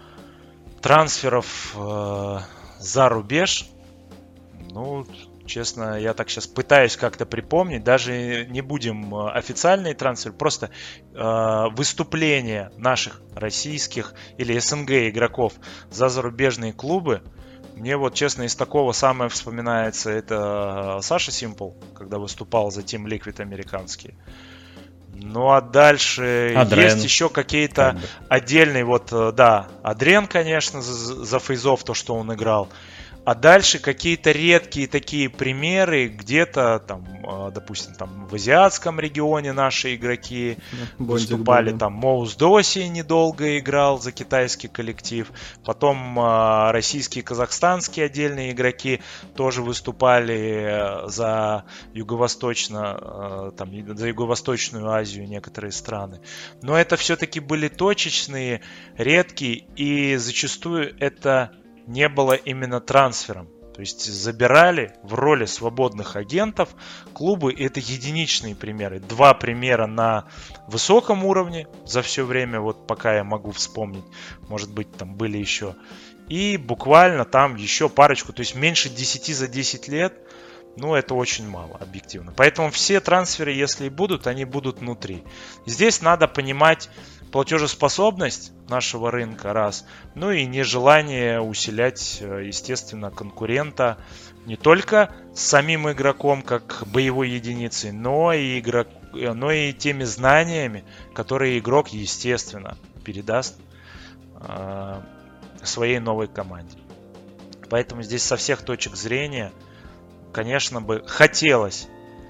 трансферов э, за рубеж, ну, честно, я так сейчас пытаюсь как-то припомнить, даже не будем официальный трансфер, просто э, выступления наших российских или СНГ игроков за зарубежные клубы. Мне вот, честно, из такого самое вспоминается это Саша Симпл, когда выступал за Team Liquid американский. Ну а дальше Адрен. Есть еще какие-то как бы. Отдельные, вот, да, Адрен, конечно, за, за фейзов, то, что он играл. А дальше какие-то редкие такие примеры, где-то там, допустим, там в азиатском регионе наши игроки Бондик выступали, был, да. Там Моус Доси недолго играл за китайский коллектив, потом российские, казахстанские отдельные игроки тоже выступали за юго-восточно, там, за Юго-Восточную Азию некоторые страны. Но это все-таки были точечные, редкие, и зачастую это не было именно трансфером. То есть забирали в роли свободных агентов клубы. Это единичные примеры. Два примера на высоком уровне за все время, вот пока я могу вспомнить. Может быть, там были еще. И буквально там еще парочку. То есть меньше десяти за десять лет. Ну, это очень мало, объективно. Поэтому все трансферы, если и будут, они будут внутри. Здесь надо понимать платежеспособность нашего рынка, раз. Ну и нежелание усилять, естественно, конкурента не только с самим игроком, как боевой единицей, но и, игрок, но и теми знаниями, которые игрок, естественно, передаст э, своей новой команде. Поэтому здесь со всех точек зрения, конечно бы, хотелось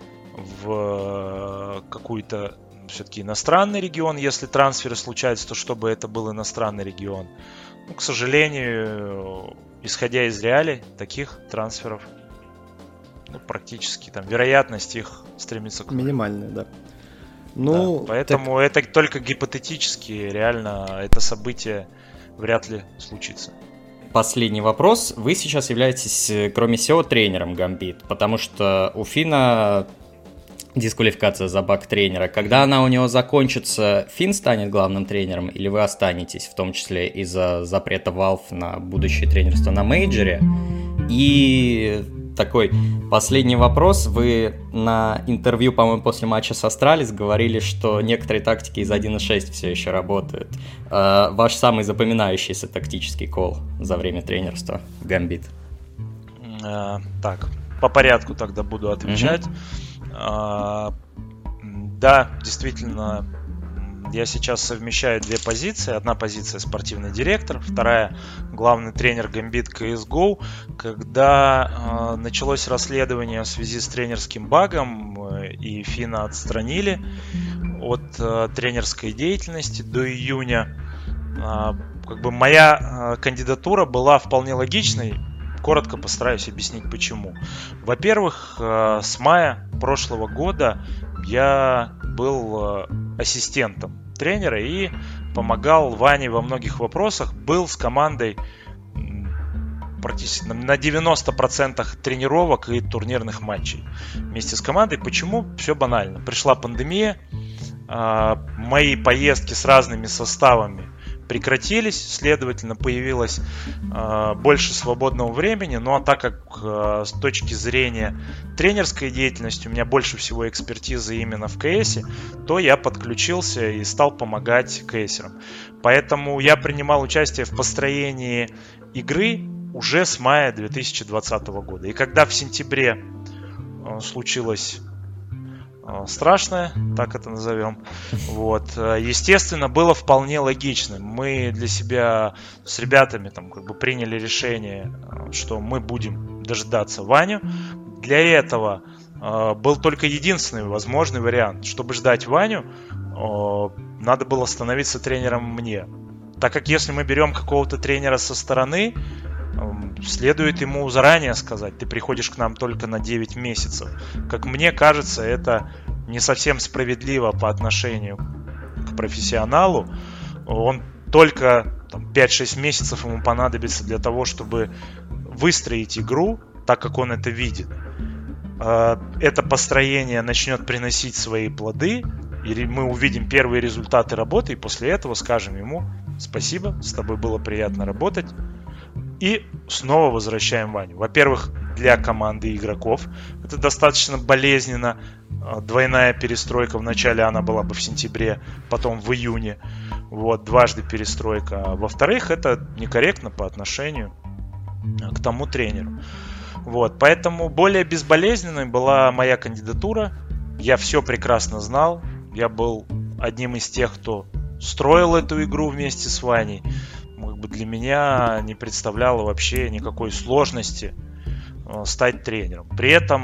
в какую-то все-таки иностранный регион, если трансферы случаются, то чтобы это был иностранный регион. Ну, к сожалению, исходя из реалий, таких трансферов ну, практически там вероятность их стремится к минимальная, да. Ну, да, поэтому так... это только гипотетически, реально это событие вряд ли случится. Последний вопрос. Вы сейчас являетесь, кроме сео, тренером Gambit, потому что у Фина дисквалификация за баг тренера. Когда она у него закончится, Фин станет главным тренером или вы останетесь, в том числе из-за запрета Valve на будущее тренерство на мейджоре? И такой последний вопрос. Вы на интервью, по-моему, после матча с Астралис говорили, что некоторые тактики из один шесть все еще работают. Э, ваш самый запоминающийся тактический кол за время тренерства в Gambit? Э, так, по порядку тогда буду отвечать. Mm-hmm. Э, да, действительно, я сейчас совмещаю две позиции. Одна позиция спортивный директор, вторая главный тренер Gambit си эс го. Когда э, началось расследование в связи с тренерским багом э, и Фина отстранили от э, тренерской деятельности до июня, э, как бы моя э, кандидатура была вполне логичной. Коротко постараюсь объяснить почему. Во-первых, э, с мая прошлого года я был э, ассистентом тренера и помогал Ване во многих вопросах. Был с командой практически на девяносто процентов тренировок и турнирных матчей вместе с командой. Почему? Все банально. Пришла пандемия, э, мои поездки с разными составами прекратились, следовательно, появилось э, больше свободного времени. Ну а так как э, с точки зрения тренерской деятельности у меня больше всего экспертизы именно в КСе, то я подключился и стал помогать КСерам. Поэтому я принимал участие в построении игры уже с мая две тысячи двадцатого года. И когда в сентябре э, случилось страшное, так это назовем. Вот. Естественно, было вполне логично. Мы для себя с ребятами там, как бы приняли решение, что мы будем дожидаться Ваню. Для этого э, был только единственный возможный вариант. Чтобы ждать Ваню, э, надо было становиться тренером мне. Так как если мы берем какого-то тренера со стороны, следует ему заранее сказать, ты приходишь к нам только на девять месяцев. Как мне кажется, это не совсем справедливо по отношению к профессионалу. Он только там, пять-шесть месяцев ему понадобится для того, чтобы выстроить игру так, как он это видит. Это построение начнет приносить свои плоды, и мы увидим первые результаты работы, и после этого скажем ему спасибо, с тобой было приятно работать. И снова возвращаем Ваню. Во-первых, для команды игроков это достаточно болезненно. Двойная перестройка. Вначале она была бы в сентябре, потом в июне. Вот, дважды перестройка. А во-вторых, это некорректно по отношению к тому тренеру. Вот, поэтому более безболезненной была моя кандидатура. Я все прекрасно знал. Я был одним из тех, кто строил эту игру вместе с Ваней. Для меня не представляло вообще никакой сложности стать тренером. При этом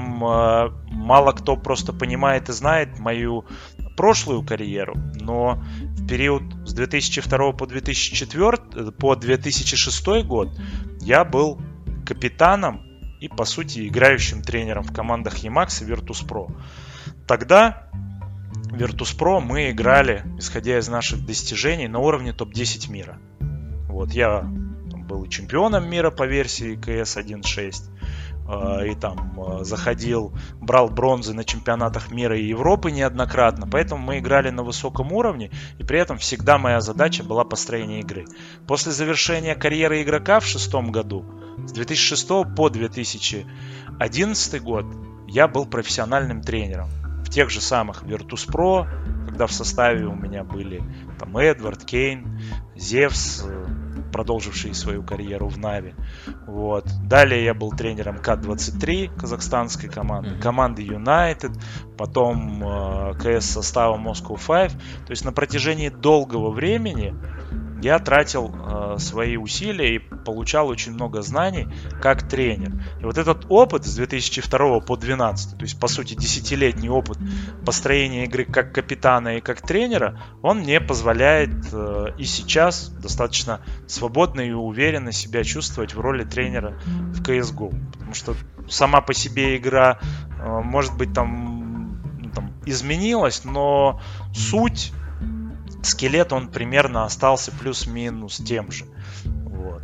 мало кто просто понимает и знает мою прошлую карьеру, но в период с две тысячи второго по две тысячи четвёртый, по две тысячи шестой год я был капитаном и, по сути, играющим тренером в командах Emax и Virtus.pro. Тогда в Virtus.pro мы играли, исходя из наших достижений, на уровне топ десять мира. Вот, я там, был чемпионом мира по версии кей эс один шесть, э, и там э, заходил, брал бронзы на чемпионатах мира и Европы неоднократно, поэтому мы играли на высоком уровне, и при этом всегда моя задача была построение игры. После завершения карьеры игрока в шестом году, с две тысячи шестого по две тысячи одиннадцатый год, я был профессиональным тренером в тех же самых Virtus.pro, когда в составе у меня были там Эдвард, Кейн, Зевс, продолживший свою карьеру в Нави. Вот. Далее я был тренером К двадцать три казахстанской команды, mm-hmm. команды United, потом э, КС состава Moscow пять. То есть на протяжении долгого времени я тратил э, свои усилия и получал очень много знаний как тренер. И вот этот опыт с две тысячи второго по две тысячи двенадцатый, то есть по сути десятилетний опыт построения игры как капитана и как тренера, он мне позволяет э, и сейчас достаточно свободно и уверенно себя чувствовать в роли тренера в си эс го. Потому что сама по себе игра э, может быть там, ну, там изменилась, но суть, скелет, он примерно остался плюс-минус тем же. Вот.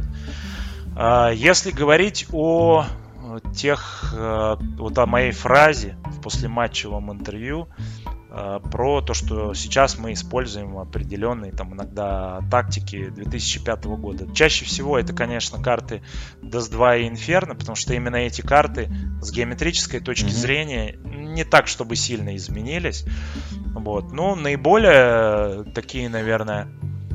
Если говорить о тех, вот о моей фразе в послематчевом интервью, про то, что сейчас мы используем определенные там иногда тактики две тысячи пятого года. Чаще всего это, конечно, карты даст два и Inferno, потому что именно эти карты с геометрической точки mm-hmm. зрения не так, чтобы сильно изменились. Вот. Ну, наиболее такие, наверное,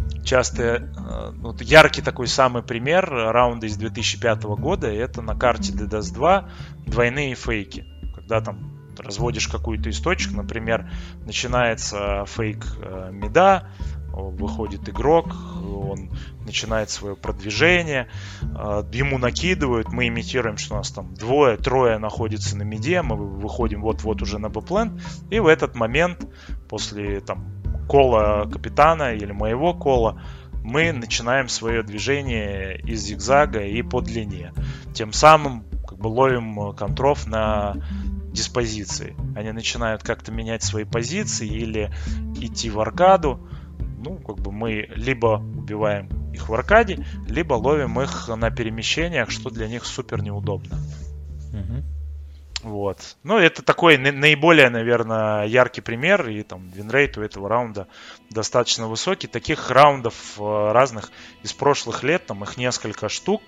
часто, вот яркий такой самый пример раунда из две тысячи пятого года, это на карте ди дас два двойные фейки, когда там разводишь какую-то из точек, например, начинается фейк э, мида, выходит игрок, он начинает свое продвижение, э, ему накидывают, мы имитируем, что у нас там двое, трое находится на миде, мы выходим вот-вот уже на б-плен, и в этот момент, после там кола капитана или моего кола, мы начинаем свое движение из зигзага и по длине. Тем самым как бы ловим контров на диспозиции. Они начинают как-то менять свои позиции или идти в аркаду. Ну, как бы мы либо убиваем их в аркаде, либо ловим их на перемещениях, что для них супер неудобно. Угу. Вот. Ну, это такой наиболее, наверное, яркий пример, и там винрейт у этого раунда достаточно высокий. Таких раундов разных из прошлых лет, там их несколько штук.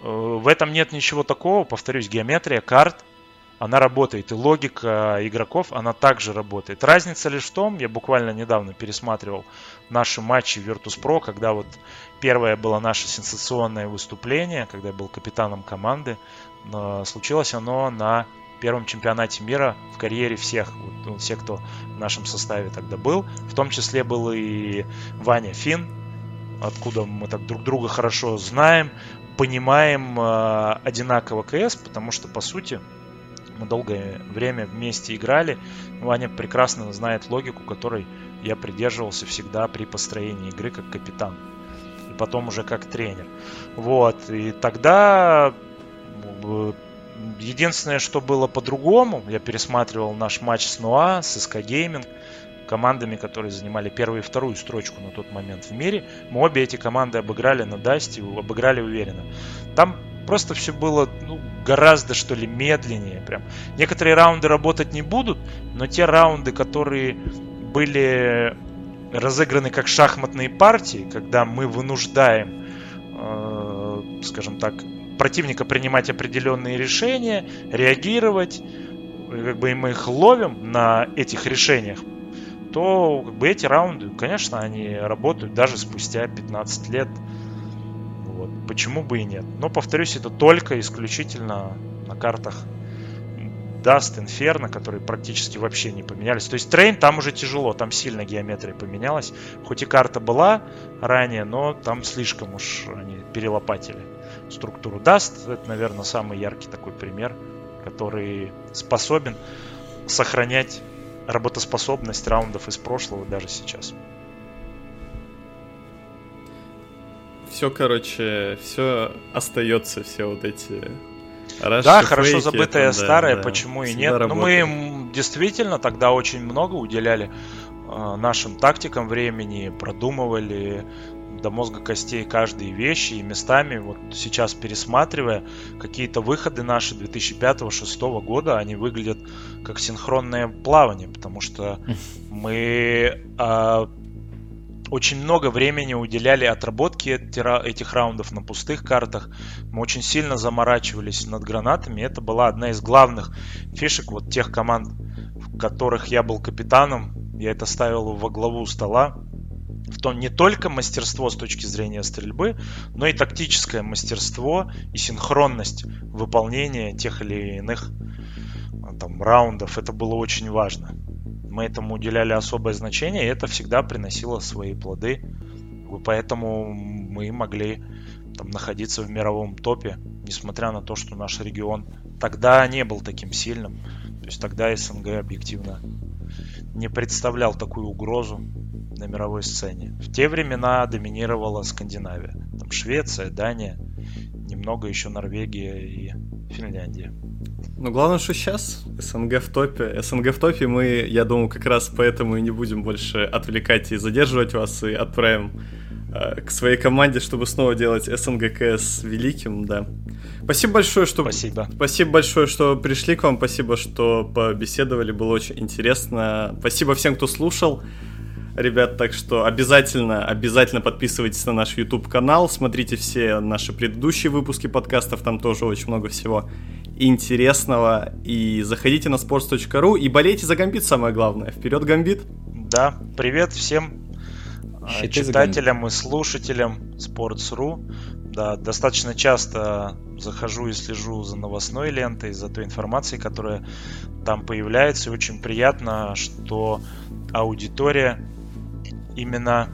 В этом нет ничего такого, повторюсь, геометрия карт, она работает, и логика игроков, она также работает. Разница лишь в том, я буквально недавно пересматривал наши матчи в Virtus.pro, когда вот первое было наше сенсационное выступление, когда я был капитаном команды. Но случилось оно на первом чемпионате мира в карьере всех, вот, все, кто в нашем составе тогда был. В том числе был и Ваня Фин, откуда мы так друг друга хорошо знаем, понимаем э, одинаково КС, потому что, по сути, мы долгое время вместе играли. Ваня прекрасно знает логику, которой я придерживался всегда при построении игры как капитан. И потом уже как тренер. Вот. И тогда единственное, что было по-другому, я пересматривал наш матч с Ноа, с эс ка Gaming, командами, которые занимали первую и вторую строчку на тот момент в мире. Мы обе эти команды обыграли на Дасте, обыграли уверенно. Там просто все было ну, гораздо, что ли, медленнее. Прям. Некоторые раунды работать не будут, но те раунды, которые были разыграны как шахматные партии, когда мы вынуждаем, э, скажем так, противника принимать определенные решения, реагировать, как бы и мы их ловим на этих решениях, то как бы эти раунды, конечно, они работают даже спустя пятнадцать лет. Вот. Почему бы и нет? Но, повторюсь, это только исключительно на картах Dust, Inferno, которые практически вообще не поменялись. То есть Train там уже тяжело, там сильно геометрия поменялась. Хоть и карта была ранее, но там слишком уж они перелопатили структуру. Dust — это, наверное, самый яркий такой пример, который способен сохранять работоспособность раундов из прошлого даже сейчас. Все, короче, все остается, все вот эти... Раши, да, хорошо фейки, забытое это, старое, да, почему и всегда нет. работает. Но мы им действительно тогда очень много уделяли э, нашим тактикам времени, продумывали до мозга костей каждые вещи и местами. Вот сейчас, пересматривая какие-то выходы наши две тысячи пятого-две тысячи шестого года, они выглядят как синхронное плавание, потому что мы... Э, очень много времени уделяли отработке этих раундов на пустых картах. Мы очень сильно заморачивались над гранатами. Это была одна из главных фишек вот тех команд, в которых я был капитаном. Я это ставил во главу стола. В том не только мастерство с точки зрения стрельбы, но и тактическое мастерство и синхронность выполнения тех или иных там, раундов. Это было очень важно. Мы этому уделяли особое значение, и это всегда приносило свои плоды. Поэтому мы могли там, находиться в мировом топе, несмотря на то, что наш регион тогда не был таким сильным. То есть тогда СНГ объективно не представлял такую угрозу на мировой сцене. В те времена доминировала Скандинавия. Там Швеция, Дания, немного еще Норвегия и Финляндия. Ну, главное, что сейчас СНГ в топе. СНГ в топе, мы, я думаю, как раз поэтому и не будем больше отвлекать и задерживать вас, и отправим к своей команде, чтобы снова делать СНГКС великим, да. Спасибо большое, что... Спасибо. Спасибо большое, что пришли к вам, спасибо, что побеседовали, было очень интересно. Спасибо всем, кто слушал, ребят, так что обязательно, обязательно подписывайтесь на наш YouTube-канал, смотрите все наши предыдущие выпуски подкастов, там тоже очень много всего интересного, и заходите на sports точка ru и болейте за Гамбит, самое главное. Вперед, Гамбит! Да, привет всем Щиты читателям и слушателям sports точка ru. Да, достаточно часто захожу и слежу за новостной лентой, за той информацией, которая там появляется. И очень приятно, что аудитория именно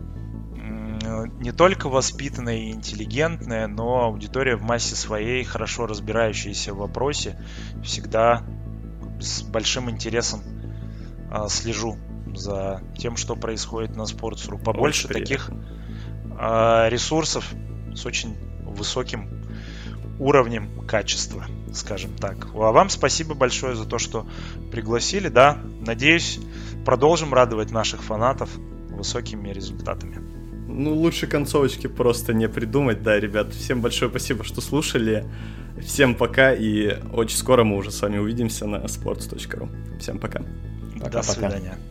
не только воспитанная и интеллигентная, но аудитория в массе своей, хорошо разбирающаяся в вопросе. Всегда с большим интересом слежу за тем, что происходит на sports точка ru. Побольше таких ресурсов с очень высоким уровнем качества, скажем так. А вам спасибо большое за то, что пригласили. Да, надеюсь, продолжим радовать наших фанатов высокими результатами. Ну, лучше концовочки просто не придумать. Да, ребят, всем большое спасибо, что слушали. Всем пока, и очень скоро мы уже с вами увидимся на sports точка ru. Всем пока. До свидания.